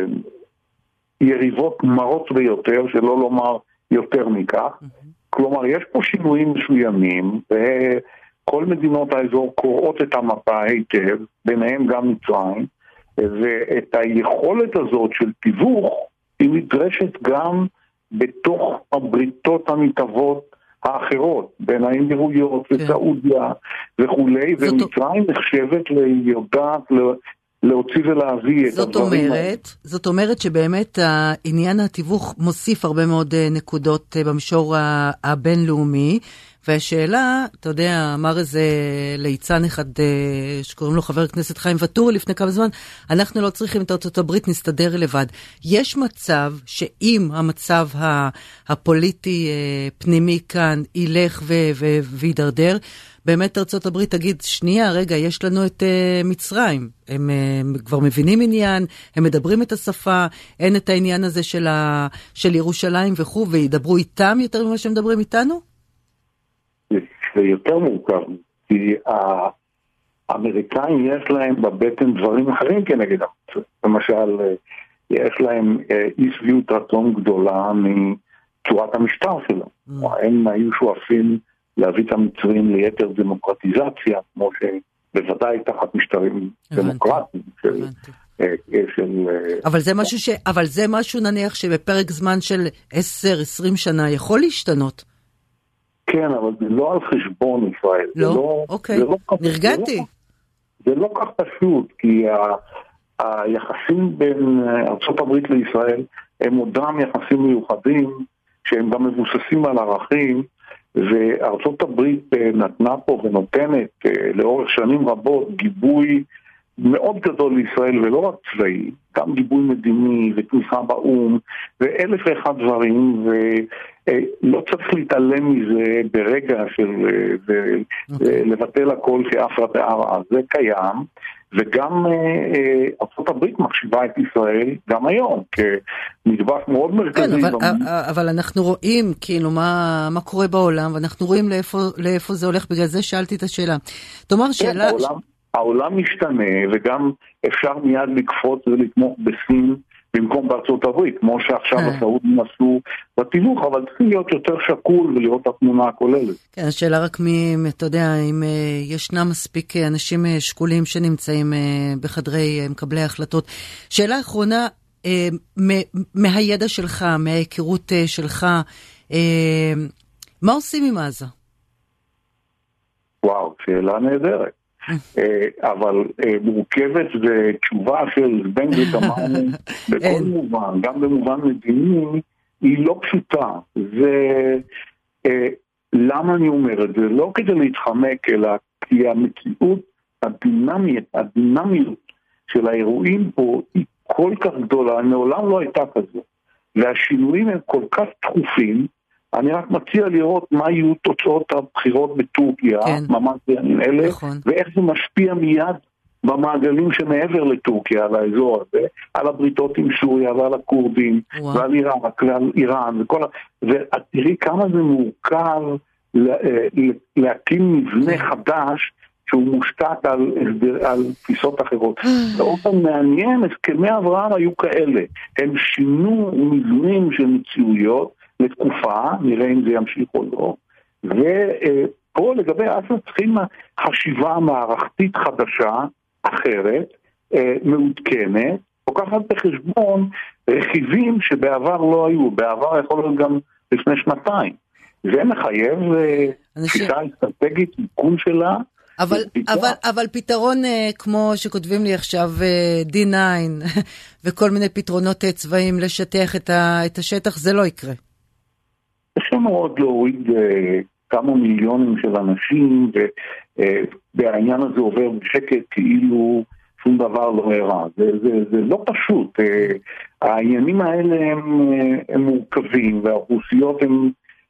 Speaker 5: יריבות מרות ביותר, שלא לומר יותר מכך. Mm-hmm. כלומר, יש פה שינויים מסוימים, וכל מדינות האזור קוראות את המפה היטב, ביניהם גם מצרים, ואת היכולת הזאת של תיווך היא נדרשת גם בתוך הבריתות המתהוות האחרות, בין האמירויות וסעודיה וכולי, ומצרים נחשבת ליודעת להוציא ולהביא את הדברים האלה.
Speaker 2: זאת אומרת שבאמת העניין התיווך מוסיף הרבה מאוד נקודות במישור הבינלאומי, והשאלה, אתה יודע, אמר איזה ליצן אחד שקוראים לו חבר הכנסת חיים וטורי לפני כמה זמן, אנחנו לא צריכים את ארצות הברית, נסתדר לבד. יש מצב שאם המצב הפוליטי פנימי כאן ילך וידרדר, באמת ארצות הברית תגיד, שנייה, רגע, יש לנו את uh, מצרים. הם, הם כבר מבינים עניין, הם מדברים את השפה, אין את העניין הזה של, ה, של ירושלים וכו', וידברו איתם יותר ממה שהם מדברים איתנו?
Speaker 5: זה יותר מורכב, כי האמריקאים יש להם בבטן דברים אחרים כנגד המצרים. למשל, יש להם אי שביעות רצון גדולה מצורת המשטר שלהם. Mm. הם היו שואפים להביא את המצרים ליתר דמוקרטיזציה, כמו שבוודאי תחת משטרים דמוקרטיים של... של...
Speaker 2: אבל זה משהו ש... אבל זה משהו נניח שבפרק זמן של עשר עשרים שנה יכול להשתנות.
Speaker 5: כן, אבל זה לא על חשבון ישראל.
Speaker 2: לא? זה לא, אוקיי, זה לא נרגעתי.
Speaker 5: זה לא, זה לא כך פשוט, כי ה... היחסים בין ארצות הברית לישראל הם עודם יחסים מיוחדים, שהם גם מבוססים על ערכים, וארצות הברית נתנה פה ונותנת לאורך שנים רבות גיבוי מאוד גדול לישראל, ולא רק צבאי, גם גיבוי מדיני ותמיכה באום, ואלף ואחד דברים, לא צריך להתעלם מזה ברגע של לבטל הכל כאפרה בערה, זה קיים, וגם ארצות הברית מחשיבה את ישראל גם היום כנדבך מאוד מרכזי.
Speaker 2: כן, אבל, אבל אנחנו רואים כאילו מה, מה קורה בעולם, ואנחנו רואים לאיפה, לאיפה זה הולך, בגלל זה שאלתי את השאלה. תאמר שאלה...
Speaker 5: כן, העולם, העולם משתנה, וגם אפשר מיד לקפוץ ולתמוך בסין, במקום בארצות הברית, כמו שעכשיו הסעודים עשו בתיווך, אבל צריך להיות יותר שקול ולראות את התמונה הכוללת.
Speaker 2: כן, השאלה רק מי, אתה יודע, אם ישנם מספיק אנשים שקולים שנמצאים בחדרי מקבלי ההחלטות. שאלה אחרונה, מהידע שלך, מההיכרות שלך, מה עושים עם עזה?
Speaker 5: וואו, שאלה נהדרת. אבל מורכבת ותשובה של בן ותמרנו בכל מובן, גם במובן מדיני, היא לא פשוטה. זה, למה אני אומר את זה? לא כדי להתחמק, אלא כי המציאות הדינמית, הדינמיות של האירועים פה היא כל כך גדולה, מעולם לא הייתה כזו. והשינויים הם כל כך תכופים, אני רק מציע לראות מה יהיו תוצאות הבחירות בטורקיה, כן. ממש בימים אלה, נכון. ואיך זה משפיע מיד במעגלים שמעבר לטורקיה, על האזור הזה, על הבריתות עם סוריה ועל הכורדים, וואו. ועל עיראק, ועל איראן, וכל ה... ותראי כמה זה מורכב להקים מבנה חדש, שהוא מושתת על, על תפיסות אחרות. באופן מעניין, הסכמי אברהם היו כאלה, הם שינו מבנים של מציאויות, לתקופה, נראה אם זה ימשיך או לא, ופה לגבי עזה צריכים חשיבה מערכתית חדשה, אחרת, מעודכנת, לוקחת בחשבון רכיבים שבעבר לא היו, בעבר יכול להיות גם לפני שנתיים. זה מחייב תפיסה אסטרטגית, עיקון שלה,
Speaker 2: אבל, אבל, אבל פתרון כמו שכותבים לי עכשיו די ניין וכל מיני פתרונות צבאיים לשטח את, ה, את השטח, זה לא יקרה.
Speaker 5: קשה מאוד להוריד כמה מיליונים של אנשים, והעניין הזה עובר בשקט כאילו שום דבר לא הרע. זה, זה, זה לא פשוט. העניינים האלה הם, הם מורכבים, והאוכלוסיות הם,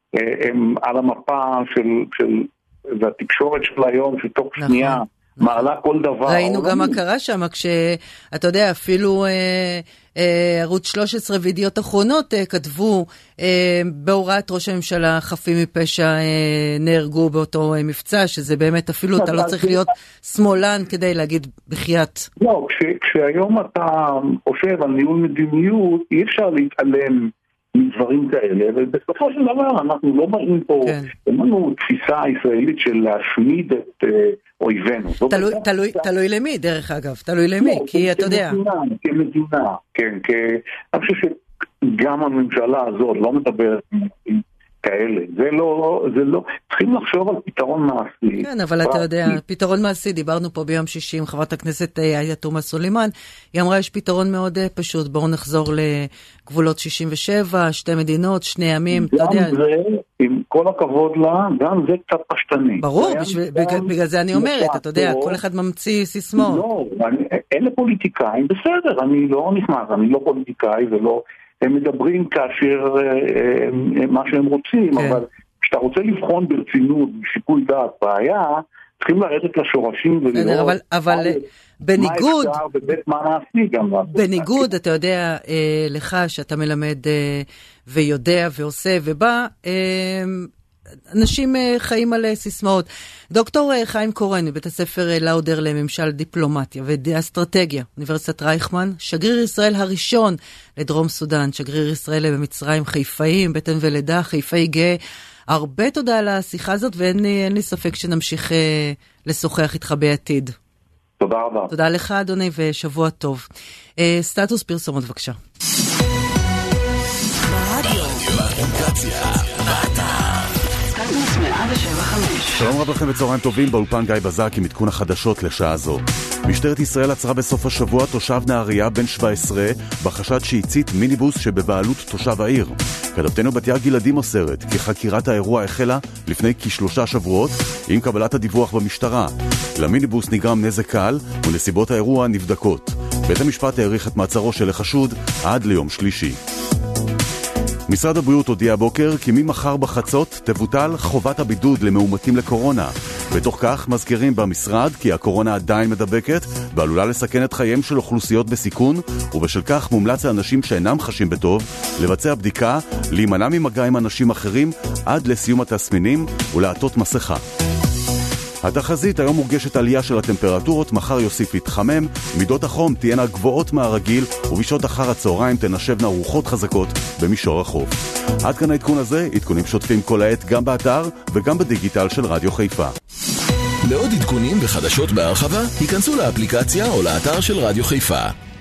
Speaker 5: הם על המפה של, של, והתקשורת של היום, שתוך נכון. שנייה מעלה כל דבר.
Speaker 2: ראינו גם מה קרה שם, כשאתה יודע, אפילו אה, אה, ערוץ שלוש עשרה וידיעות אחרונות אה, כתבו אה, בהוראת ראש הממשלה חפים מפשע אה, נהרגו באותו אה, מבצע, שזה באמת אפילו אתה לא צריך להיות שמאלן כדי להגיד בחייאת.
Speaker 5: לא, כש, כשהיום אתה חושב על ניהול מדיניות, אי אפשר להתעלם מדברים כאלה, ובסופו של דבר אנחנו לא באים פה, כן. אין לנו תפיסה ישראלית של להשמיד את uh, אויבינו.
Speaker 2: תלוי, תלוי, תלוי למי, דרך אגב, תלוי למי, לא, כי אתה יודע.
Speaker 5: כמדינה, כמדינה, כן, כי אני חושב שגם הממשלה הזאת לא מדברת עם כאלה, זה לא, זה לא, צריכים לחשוב על פתרון מעשי.
Speaker 2: כן, אבל אתה יודע, פתרון מעשי, דיברנו פה ביום שישי עם חברת הכנסת עאידה תומא סלימאן, היא אמרה יש פתרון מאוד פשוט, בואו נחזור לגבולות שישים ושבע, שתי מדינות, שני ימים, אתה יודע.
Speaker 5: גם זה, עם כל הכבוד לה, גם זה קצת פשטני.
Speaker 2: ברור, בגלל זה אני אומרת, אתה יודע, כל אחד ממציא סיסמאות.
Speaker 5: לא, אלה פוליטיקאים, בסדר, אני לא נכנס, אני לא פוליטיקאי ולא... הם מדברים כאשר אה, מה שהם רוצים, כן. אבל כשאתה רוצה לבחון ברצינות, בשיקול דעת בעיה, צריכים לרדת לשורשים ולראות
Speaker 2: אבל, אבל מה, בניגוד,
Speaker 5: מה אפשר ובית מה נעשי גם.
Speaker 2: בניגוד, אתה יודע, אה, לך שאתה מלמד אה, ויודע ועושה ובא, אה, אנשים חיים על סיסמאות. דוקטור חיים קורן, מבית הספר לאודר לממשל דיפלומטיה ואסטרטגיה, אוניברסיטת רייכמן, שגריר ישראל הראשון לדרום סודן, שגריר ישראל במצרים, חיפאים, בטן ולידה, חיפאי גאה. הרבה תודה על השיחה הזאת, ואין לי, אין לי ספק שנמשיך אה, לשוחח איתך בעתיד.
Speaker 5: תודה רבה.
Speaker 2: תודה לך אדוני ושבוע טוב. אה, סטטוס פרסומות בבקשה.
Speaker 1: שלום רב לכם וצהריים טובים, באולפן גיא בזק עם עדכון החדשות לשעה זו. משטרת ישראל עצרה בסוף השבוע תושב נהריה בן שבע עשרה בחשד שהצית מיניבוס שבבעלות תושב העיר. כתבתנו בתיה גלעדי מוסרת כי חקירת האירוע החלה לפני כשלושה שבועות עם קבלת הדיווח במשטרה. למיניבוס נגרם נזק קל ונסיבות האירוע נבדקות. בית המשפט העריך את מעצרו של החשוד עד ליום שלישי. משרד הבריאות הודיע הבוקר כי ממחר בחצות תבוטל חובת הבידוד למאומתים לקורונה. בתוך כך מזכירים במשרד כי הקורונה עדיין מדבקת ועלולה לסכן את חייהם של אוכלוסיות בסיכון, ובשל כך מומלץ לאנשים שאינם חשים בטוב לבצע בדיקה, להימנע ממגע עם אנשים אחרים עד לסיום התסמינים ולעטות מסכה. התחזית היום מורגשת עלייה של הטמפרטורות, מחר יוסיף להתחמם, מידות החום תהיינה גבוהות מהרגיל ובשעות אחר הצהריים תנשבנה רוחות חזקות במישור החוף. עד כאן העדכון הזה, עדכונים שוטפים כל העת גם באתר וגם בדיגיטל של רדיו חיפה.
Speaker 6: לעוד עדכונים וחדשות בהרחבה, היכנסו לאפליקציה או לאתר של רדיו חיפה.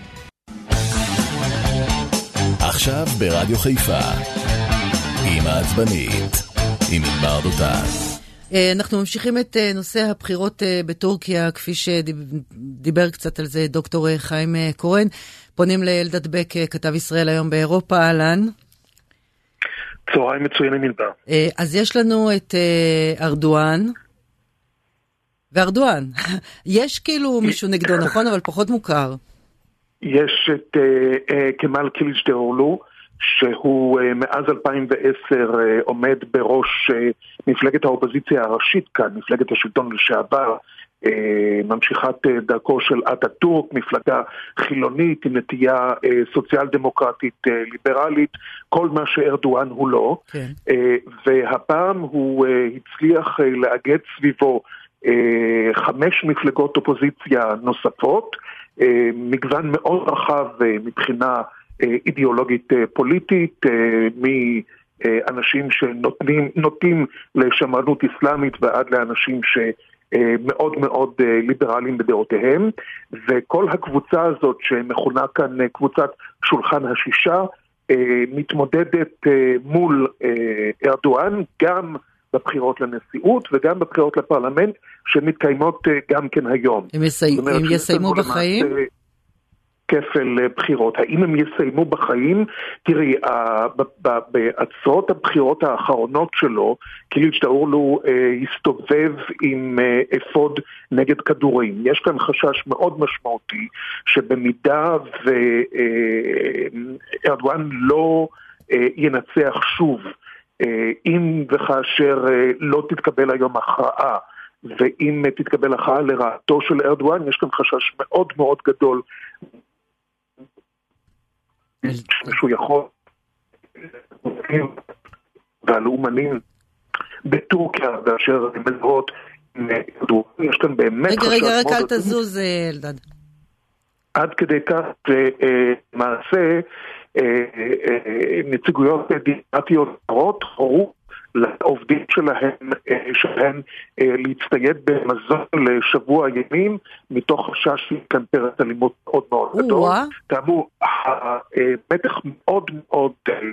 Speaker 6: עכשיו ברדיו חיפה, עם העצבנית, עם ענבר דותן.
Speaker 2: אנחנו ממשיכים את נושא הבחירות בטורקיה, כפי שדיבר קצת על זה דוקטור חיים קורן. פונים לאלדד בק, כתב ישראל היום באירופה. אהלן.
Speaker 7: צהריים מצוינים מלבר.
Speaker 2: אז יש לנו את ארדואן, וארדואן, יש כאילו מישהו נגדו, נכון? אבל פחות מוכר.
Speaker 7: יש את כמאל קליצ'דאוגלו, שהוא מאז אלפיים ועשר עומד בראש מפלגת האופוזיציה הראשית כאן, מפלגת השלטון לשעבר, ממשיכת דרכו של אטאטורק, מפלגה חילונית עם נטייה סוציאל דמוקרטית ליברלית, כל מה שארדואן הוא לא. כן. והפעם הוא הצליח לאגד סביבו חמש מפלגות אופוזיציה נוספות, מגוון מאוד רחב מבחינה אידיאולוגית פוליטית, מאנשים שנותנים נוטים לשמרנות אסלאמית ועד לאנשים שמאוד מאוד ליברליים בדעותיהם, וכל הקבוצה הזאת שמכונה כאן קבוצת שולחן השישה מתמודדת מול ארדואן גם בבחירות לנשיאות וגם בבחירות לפרלמנט שמתקיימות גם כן היום.
Speaker 2: הם, יסי... הם יסיימו בחיים?
Speaker 7: כפל בחירות. האם הם יסיימו בחיים? תראי, בעצרות הבחירות האחרונות שלו, קליצ'דאוגלו הסתובב עם אפוד נגד כדורים. יש כאן חשש מאוד משמעותי, שבמידה וארדואן לא ינצח שוב, אם וכאשר לא תתקבל היום הכרעה, ואם תתקבל הכרעה לרעתו של ארדואן, יש כאן חשש מאוד מאוד גדול שהוא יכול והלאומנים בטורקיה ואשר מזהות יש כאן באמת
Speaker 2: רגע רגע רק אל תזוז אלדד
Speaker 7: עד כדי כך שמעשה נציגויות דיפלומטיות זרות הורו לעובדים שלהם שלהם להצטייד במזון לשבוע ימים מתוך חשש כאן פרץ אלימות מאוד מאוד גדול. כאמור, המתח מאוד מאוד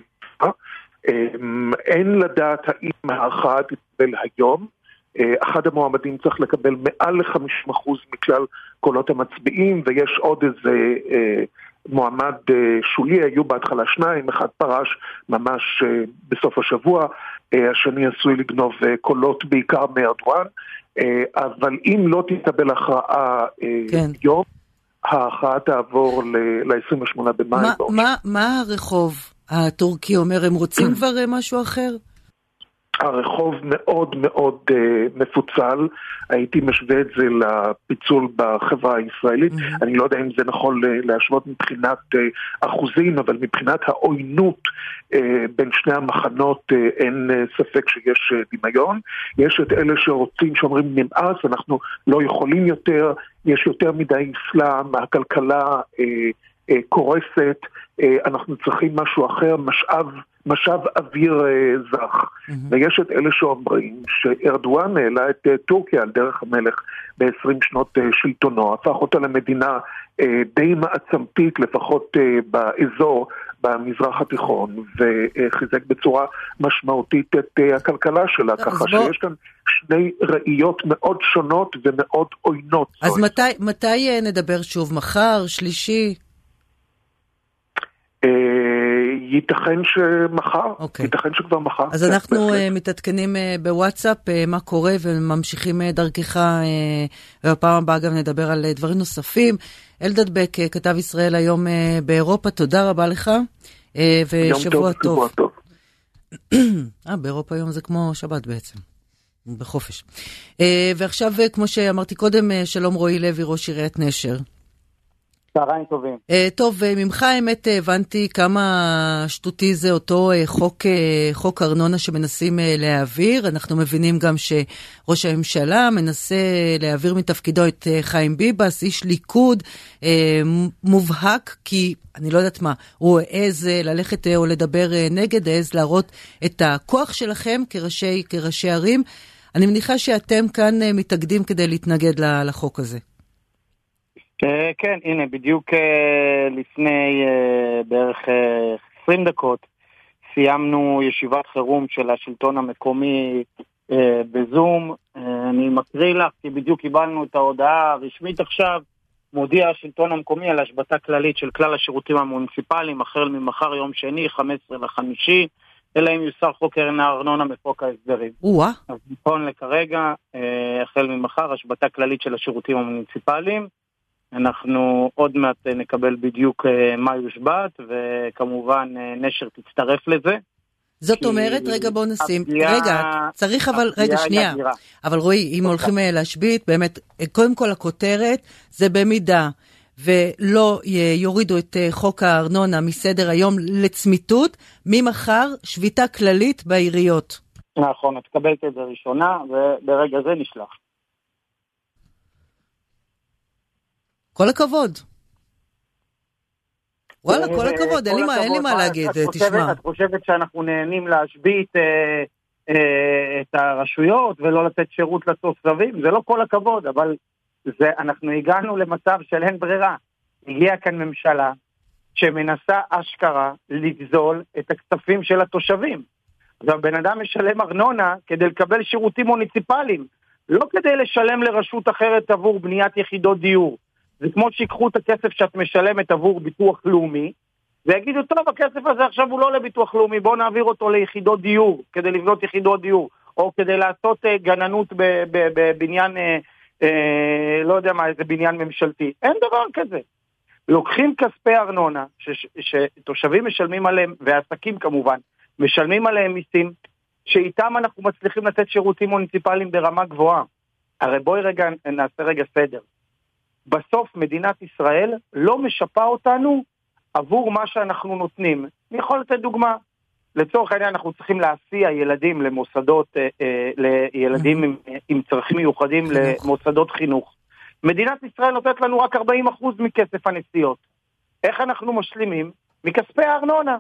Speaker 7: אין לדעת האם ההכרעה תתקבל היום. אחד המועמדים צריך לקבל מעל ל-חמישים אחוז מכלל קולות המצביעים, ויש עוד איזה מועמד שולי, היו בהתחלה שניים, אחד פרש ממש בסוף השבוע, השני עשוי לגנוב קולות בעיקר מארדואן, אבל אם לא תתקבל הכרעה כן. יום, ההכרעה תעבור ל-עשרים ושמונה במאי.
Speaker 2: מה, מה, מה הרחוב הטורקי אומר? הם רוצים כבר משהו אחר?
Speaker 7: הרחוב מאוד מאוד uh, מפוצל, הייתי משווה את זה לפיצול בחברה הישראלית, mm-hmm. אני לא יודע אם זה נכון להשוות מבחינת uh, אחוזים, אבל מבחינת העוינות uh, בין שני המחנות uh, אין uh, ספק שיש uh, דמיון, יש את אלה שרוצים שאומרים נמאס, אנחנו לא יכולים יותר, יש יותר מדי אסלאם, הכלכלה uh, uh, קורסת, uh, אנחנו צריכים משהו אחר, משאב משאב אוויר uh, זך. Mm-hmm. ויש את אלה שאומרים שארדואן העלה את uh, טורקיה על דרך המלך ב-עשרים שנות uh, שלטונו, הפך אותה למדינה uh, די מעצמתית, לפחות uh, באזור, במזרח התיכון, וחיזק בצורה משמעותית את uh, הכלכלה שלה, ככה בוא... שיש כאן שני ראיות מאוד שונות ומאוד עוינות.
Speaker 2: אז מתי, מתי uh, נדבר שוב? מחר? שלישי?
Speaker 7: ייתכן שמחר, okay. ייתכן שכבר מחר.
Speaker 2: אז אנחנו uh, מתעדכנים uh, בוואטסאפ uh, מה קורה וממשיכים uh, דרכך, uh, והפעם הבאה גם נדבר על uh, דברים נוספים. אלדד בק, uh, כתב ישראל היום uh, באירופה, תודה רבה לך, uh, ושבוע טוב. טוב. אה, באירופה היום זה כמו שבת בעצם, בחופש. ועכשיו, כמו שאמרתי קודם, שלום רועי לוי, ראש עיריית נשר.
Speaker 8: צהריים טובים.
Speaker 2: טוב, ממך האמת הבנתי כמה שטותי זה אותו חוק, חוק ארנונה שמנסים להעביר. אנחנו מבינים גם שראש הממשלה מנסה להעביר מתפקידו את חיים ביבס, איש ליכוד מובהק, כי אני לא יודעת מה, הוא העז ללכת או לדבר נגד, העז להראות את הכוח שלכם כראשי, כראשי ערים. אני מניחה שאתם כאן מתאגדים כדי להתנגד לחוק הזה.
Speaker 8: כן, הנה, בדיוק לפני בערך עשרים דקות סיימנו ישיבת חירום של השלטון המקומי בזום. אני מקריא לך, כי בדיוק קיבלנו את ההודעה הרשמית עכשיו. מודיע השלטון המקומי על השבתה כללית של כלל השירותים המוניציפליים החל ממחר יום שני, חמישה עשר לחמישי, אלא אם יוסר חוק קרן הארנונה מחוק ההסדרים.
Speaker 2: וואה.
Speaker 8: אז נכון לכרגע, החל ממחר, השבתה כללית של השירותים המוניציפליים. אנחנו עוד מעט נקבל בדיוק מה יושבת, וכמובן נשר תצטרף לזה.
Speaker 2: זאת אומרת, רגע בוא נשים, רגע, צריך אבל, רגע שנייה, אבל רואי, אם הולכים להשבית, באמת, קודם כל הכותרת, זה במידה, ולא יורידו את חוק הארנונה מסדר היום לצמיתות, ממחר שביתה כללית בעיריות.
Speaker 8: נכון, את קבלת את זה ראשונה, וברגע זה נשלח.
Speaker 2: כל הכבוד. וואלה, כל הכבוד, אין לי מה להגיד, תשמע.
Speaker 8: את חושבת שאנחנו נהנים להשבית את הרשויות ולא לתת שירות לתושבים? זה לא כל הכבוד, אבל אנחנו הגענו למצב של אין ברירה. הגיעה כאן ממשלה שמנסה אשכרה לגזול את הכספים של התושבים. אז הבן אדם משלם ארנונה כדי לקבל שירותים מוניציפליים, לא כדי לשלם לרשות אחרת עבור בניית יחידות דיור. זה כמו שיקחו את הכסף שאת משלמת עבור ביטוח לאומי, ויגידו, טוב, הכסף הזה עכשיו הוא לא לביטוח לאומי, בואו נעביר אותו ליחידות דיור, כדי לבנות יחידות דיור, או כדי לעשות uh, גננות בבניין, uh, uh, לא יודע מה, איזה בניין ממשלתי. אין דבר כזה. לוקחים כספי ארנונה, ש- שתושבים משלמים עליהם, ועסקים כמובן, משלמים עליהם מיסים, שאיתם אנחנו מצליחים לתת שירותים מוניציפליים ברמה גבוהה. הרי בואי רגע, נעשה רגע סדר. בסוף מדינת ישראל לא משפה אותנו עבור מה שאנחנו נותנים. אני יכול לתת דוגמה. לצורך העניין אנחנו צריכים להסיע ילדים למוסדות, אה, אה, לילדים עם, עם צרכים מיוחדים למוסדות חינוך. מדינת ישראל נותנת לנו רק ארבעים אחוז מכסף הנסיעות. איך אנחנו משלימים? מכספי הארנונה.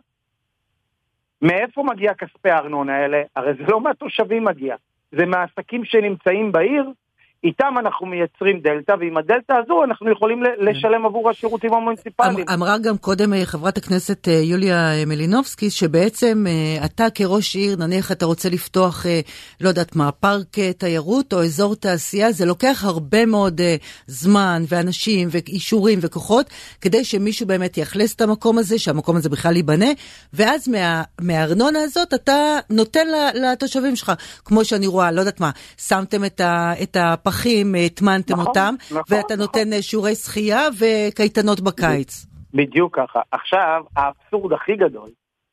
Speaker 8: מאיפה מגיע כספי הארנונה האלה? הרי זה לא מהתושבים מגיע. זה מהעסקים שנמצאים בעיר, איתם אנחנו מייצרים דלטה, ועם הדלטה הזו אנחנו יכולים לשלם עבור השירותים המוניציפליים.
Speaker 2: אמרה גם קודם חברת הכנסת יוליה מלינובסקי, שבעצם אתה כראש עיר, נניח אתה רוצה לפתוח, לא יודעת מה, פארק תיירות או אזור תעשייה, זה לוקח הרבה מאוד זמן ואנשים ואישורים וכוחות, כדי שמישהו באמת יאכלס את המקום הזה, שהמקום הזה בכלל ייבנה, ואז מה, מהארנונה הזאת אתה נותן לתושבים שלך, כמו שאני רואה, לא יודעת מה, שמתם את ה, את הפארק, התמנתם
Speaker 8: נכון,
Speaker 2: אותם,
Speaker 8: נכון,
Speaker 2: ואתה
Speaker 8: נכון.
Speaker 2: נותן שיעורי שחייה וקייטנות בקיץ.
Speaker 8: בדיוק ככה. עכשיו, האבסורד הכי גדול,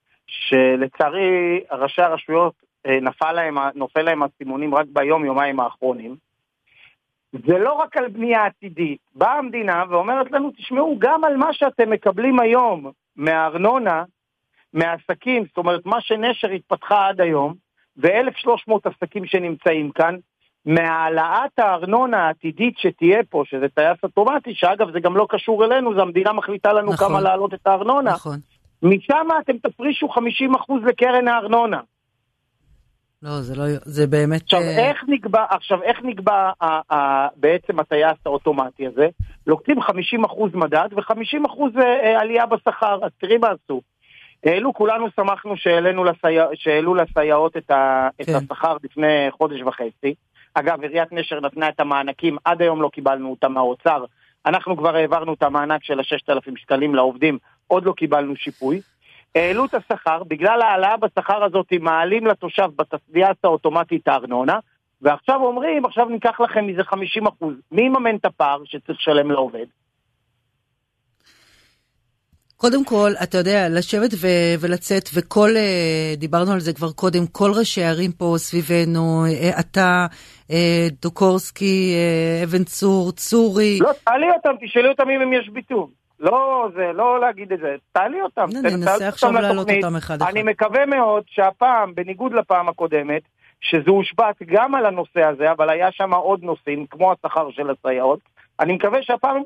Speaker 8: שלצערי ראשי הרשויות נפל להם, נופל להם הסימונים רק ביום יומיים האחרונים, זה לא רק על בנייה עתידית. באה המדינה ואומרת לנו, תשמעו, גם על מה שאתם מקבלים היום מהארנונה, מהעסקים, זאת אומרת, מה שנשר התפתחה עד היום, ו-אלף ושלוש מאות עסקים שנמצאים כאן, מהעלאת הארנונה העתידית שתהיה פה, שזה טייס אוטומטי, שאגב זה גם לא קשור אלינו, זה המדינה מחליטה לנו נכון. כמה להעלות את הארנונה. נכון. משם אתם תפרישו חמישים אחוז לקרן הארנונה.
Speaker 2: לא, זה לא, זה באמת...
Speaker 8: עכשיו, איך נקבע, עכשיו, איך נקבע ה, ה, בעצם הטייס האוטומטי הזה? לוקחים חמישים אחוז מדד ו-חמישים אחוז עלייה בשכר, אז תראי מה עשו. העלו, כולנו שמחנו שהעלו לסייע, שהעלו לסייעות את, ה, כן. את השכר לפני חודש וחצי. אגב, עיריית נשר נתנה את המענקים, עד היום לא קיבלנו אותם מהאוצר, אנחנו כבר העברנו את המענק של ה-ששת אלפים שקלים לעובדים, עוד לא קיבלנו שיפוי. העלו את השכר, בגלל העלאה בשכר הזאת, מעלים לתושב בתצביעה האוטומטית הארנונה, ועכשיו אומרים, עכשיו ניקח לכם מזה חמישים אחוז. מי יממן את הפער שצריך לשלם לעובד?
Speaker 2: קודם כל, אתה יודע, לשבת ו- ולצאת, וכל, דיברנו על זה כבר קודם, כל ראשי הערים פה סביבנו, אתה, דוקורסקי, אבן צור, צורי.
Speaker 8: לא, תעלי אותם, תשאלי אותם אם הם יש ביטום. לא, זה, לא להגיד את זה, תעלי אותם.
Speaker 2: ננסה עכשיו להעלות אותם אחד אחד.
Speaker 8: אני מקווה מאוד שהפעם, בניגוד לפעם הקודמת, שזה הושבת גם על הנושא הזה, אבל היה שם עוד נושאים, כמו השכר של הסייעות, אני מקווה שהפעם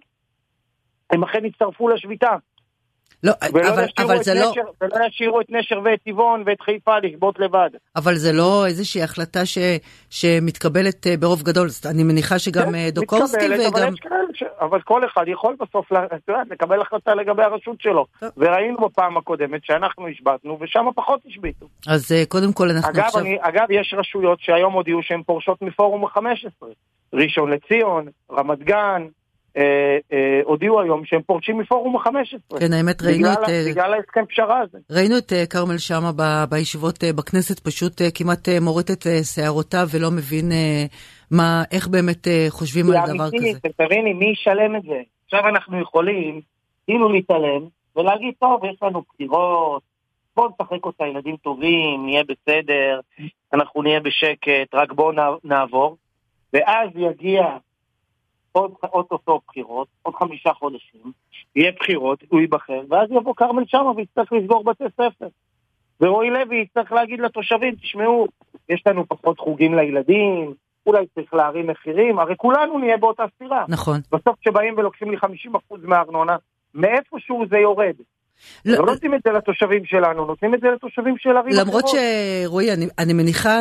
Speaker 8: הם אכן יצטרפו לשביתה.
Speaker 2: לא, אבל, אבל זה לא...
Speaker 8: ולא ישאירו את נשר ואת טבעון ואת חיפה לשבות לבד.
Speaker 2: אבל זה לא איזושהי החלטה ש, שמתקבלת ברוב גדול. אני מניחה שגם דוקורסקי וגם...
Speaker 8: אבל, ש... אבל כל אחד יכול בסוף לקבל החלטה לגבי הרשות שלו. טוב. וראינו בפעם הקודמת שאנחנו השבתנו ושם פחות השביתו.
Speaker 2: אז קודם כל אנחנו
Speaker 8: אגב,
Speaker 2: עכשיו...
Speaker 8: אני, אגב, יש רשויות שהיום הודיעו שהן פורשות מפורום ה-חמש עשרה. ראשון לציון, רמת גן... הודיעו היום שהם פורשים מפורום ה-חמש עשרה.
Speaker 2: כן, האמת ראינו את...
Speaker 8: בגלל ההסכם פשרה הזה.
Speaker 2: ראינו את קרמל שמה בישיבות בכנסת, פשוט כמעט מורט את שערותיו ולא מבין מה, איך באמת חושבים על דבר כזה.
Speaker 8: תביני, מי ישלם את זה? עכשיו אנחנו יכולים כאילו להתעלם ולהגיד, טוב, יש לנו בחירות, בואו נשחק אותה, ילדים טובים, נהיה בסדר, אנחנו נהיה בשקט, רק בואו נעבור, ואז יגיע עוד אותו בחירות, עוד חמישה חודשים, יהיה בחירות, הוא ייבחר, ואז יבוא קרמל שמה ויצטרך לסגור בתי ספר. ורועי לוי יצטרך להגיד לתושבים, תשמעו, יש לנו פחות חוגים לילדים, אולי צריך להרים מחירים, הרי כולנו נהיה באותה סתירה.
Speaker 2: נכון.
Speaker 8: בסוף שבאים ולוקחים לי חמישים אחוז מהארנונה, מאיפשהו זה יורד. לא, לא נותנים את זה לתושבים שלנו, נותנים את זה לתושבים של ערים אחרות.
Speaker 2: למרות שרועי, אני, אני מניחה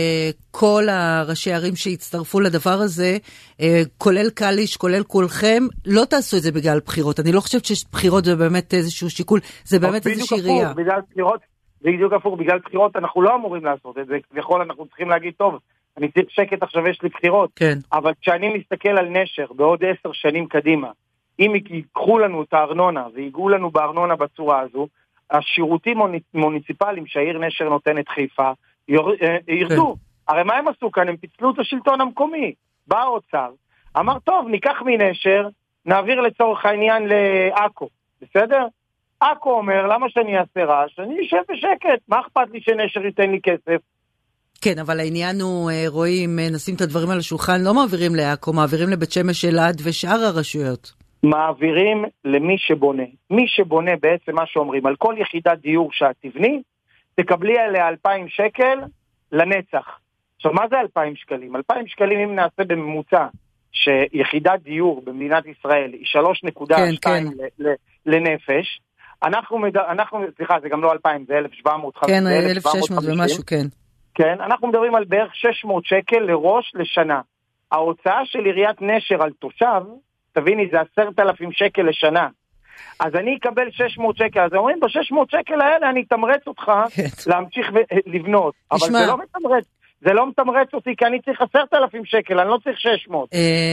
Speaker 2: שכל הראשי ערים שהצטרפו לדבר הזה, כולל קליש, כולל כולכם, לא תעשו את זה בגלל בחירות. אני לא חושבת שבחירות זה באמת איזשהו שיקול, זה באמת איזושהי ראייה.
Speaker 8: בגלל בחירות, בדיוק הפוך, בגלל בחירות אנחנו לא אמורים לעשות את זה, כביכול אנחנו צריכים להגיד, טוב, אני צריך שקט, עכשיו יש לי בחירות.
Speaker 2: כן.
Speaker 8: אבל כשאני מסתכל על נשר בעוד עשר שנים קדימה, אם ייקחו לנו את הארנונה ויגעו לנו בארנונה בצורה הזו, השירותים מוניציפליים שהעיר נשר נותנת חיפה ירדו. הרי מה הם עשו כאן? הם פיצלו את השלטון המקומי. בא האוצר, אמר טוב, ניקח מנשר, נעביר לצורך העניין לעכו. בסדר? עכו אומר, למה שאני אעשה רעש? אני יושב בשקט. מה אכפת לי שנשר ייתן לי כסף?
Speaker 2: כן, אבל העניין הוא, רואים, נשים את הדברים על השולחן, לא מעבירים לעכו, מעבירים לבית שמש אלעד ושאר הרשויות.
Speaker 8: מעבירים למי שבונה. מי שבונה בעצם מה שאומרים, על כל יחידת דיור שאת תבני, תקבלי עליה אלפיים שקל לנצח. עכשיו, מה זה אלפיים שקלים? אלפיים שקלים אם נעשה בממוצע, שיחידת דיור במדינת ישראל היא שלוש נקודה שתיים כן, כן. לנפש, אנחנו, אנחנו, סליחה, זה גם לא אלפיים, זה אלף שבע מאות חמישים.
Speaker 2: כן, אלף שש מאות ומשהו, כן.
Speaker 8: כן, אנחנו מדברים על בערך שש מאות שקל לראש לשנה. ההוצאה של עיריית נשר על תושב, תביני, זה עשרת אלפים שקל לשנה. אז אני אקבל שש מאות שקל, אז אומרים, ב-שש מאות שקל האלה אני אתמרץ אותך להמשיך לבנות. אבל זה לא מתמרץ. זה לא מתמרץ אותי, כי אני צריך עשרת אלפים שקל, אני לא צריך שש מאות.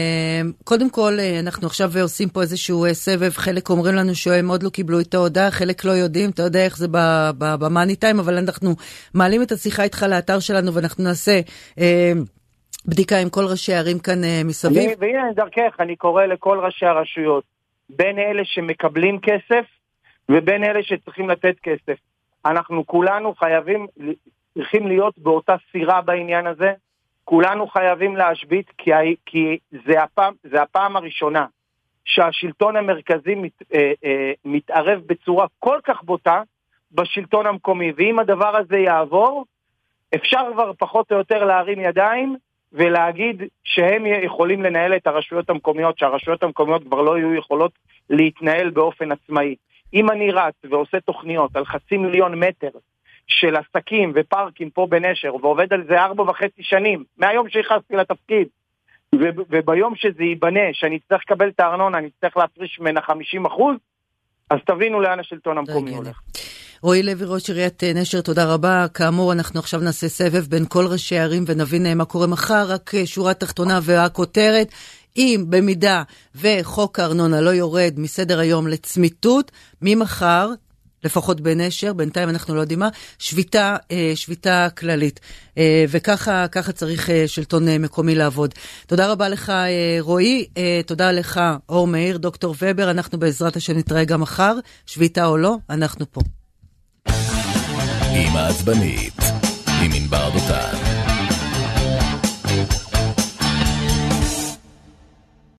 Speaker 2: קודם כל, אנחנו עכשיו עושים פה איזשהו סבב, חלק אומרים לנו שהם עוד לא קיבלו את ההודעה, חלק לא יודעים, אתה יודע איך זה במאני טיים, אבל אנחנו מעלים את השיחה איתך לאתר שלנו, ואנחנו נעשה בדיקה עם כל ראשי הערים כאן מסביב.
Speaker 8: והנה דרכך, אני קורא לכל ראשי הרשויות, בין אלה שמקבלים כסף, ובין אלה שצריכים לתת כסף. אנחנו כולנו חייבים... צריכים להיות באותה סירה בעניין הזה, כולנו חייבים להשבית, כי, כי זה, הפעם, זה הפעם הראשונה שהשלטון המרכזי מת, אה, אה, מתערב בצורה כל כך בוטה בשלטון המקומי, ואם הדבר הזה יעבור, אפשר כבר פחות או יותר להרים ידיים, ולהגיד שהם יכולים לנהל את הרשויות המקומיות, שהרשויות המקומיות כבר לא יהיו יכולות להתנהל באופן עצמאי. אם אני רץ ועושה תוכניות על חצי מיליון מטר, של עסקים ופארקים פה בנשר, ועובד על זה ארבע וחצי שנים, מהיום שהכנסתי לתפקיד, וב- וביום שזה ייבנה, שאני צריך לקבל את הארנונה, אני צריך להפריש ממנה חמישים אחוז, אז תבינו לאן השלטון המקומי הולך.
Speaker 2: רועי לוי, ראש עיריית נשר, תודה רבה. כאמור, אנחנו עכשיו נעשה סבב בין כל ראשי הערים, ונבין מה קורה מחר, רק שורה תחתונה והכותרת. אם במידה וחוק הארנונה לא יורד מסדר היום לצמיתות, ממחר, לפחות בנשר, בינתיים אנחנו לא יודעים מה, שביתה, שביתה כללית. וככה, ככה צריך שלטון מקומי לעבוד. תודה רבה לך, רועי. תודה לך, אור מאיר, דוקטור ובר. אנחנו בעזרת השם נתראה גם מחר. שביתה או לא, אנחנו פה.
Speaker 6: עם העצבנית, עם ענבר דותן.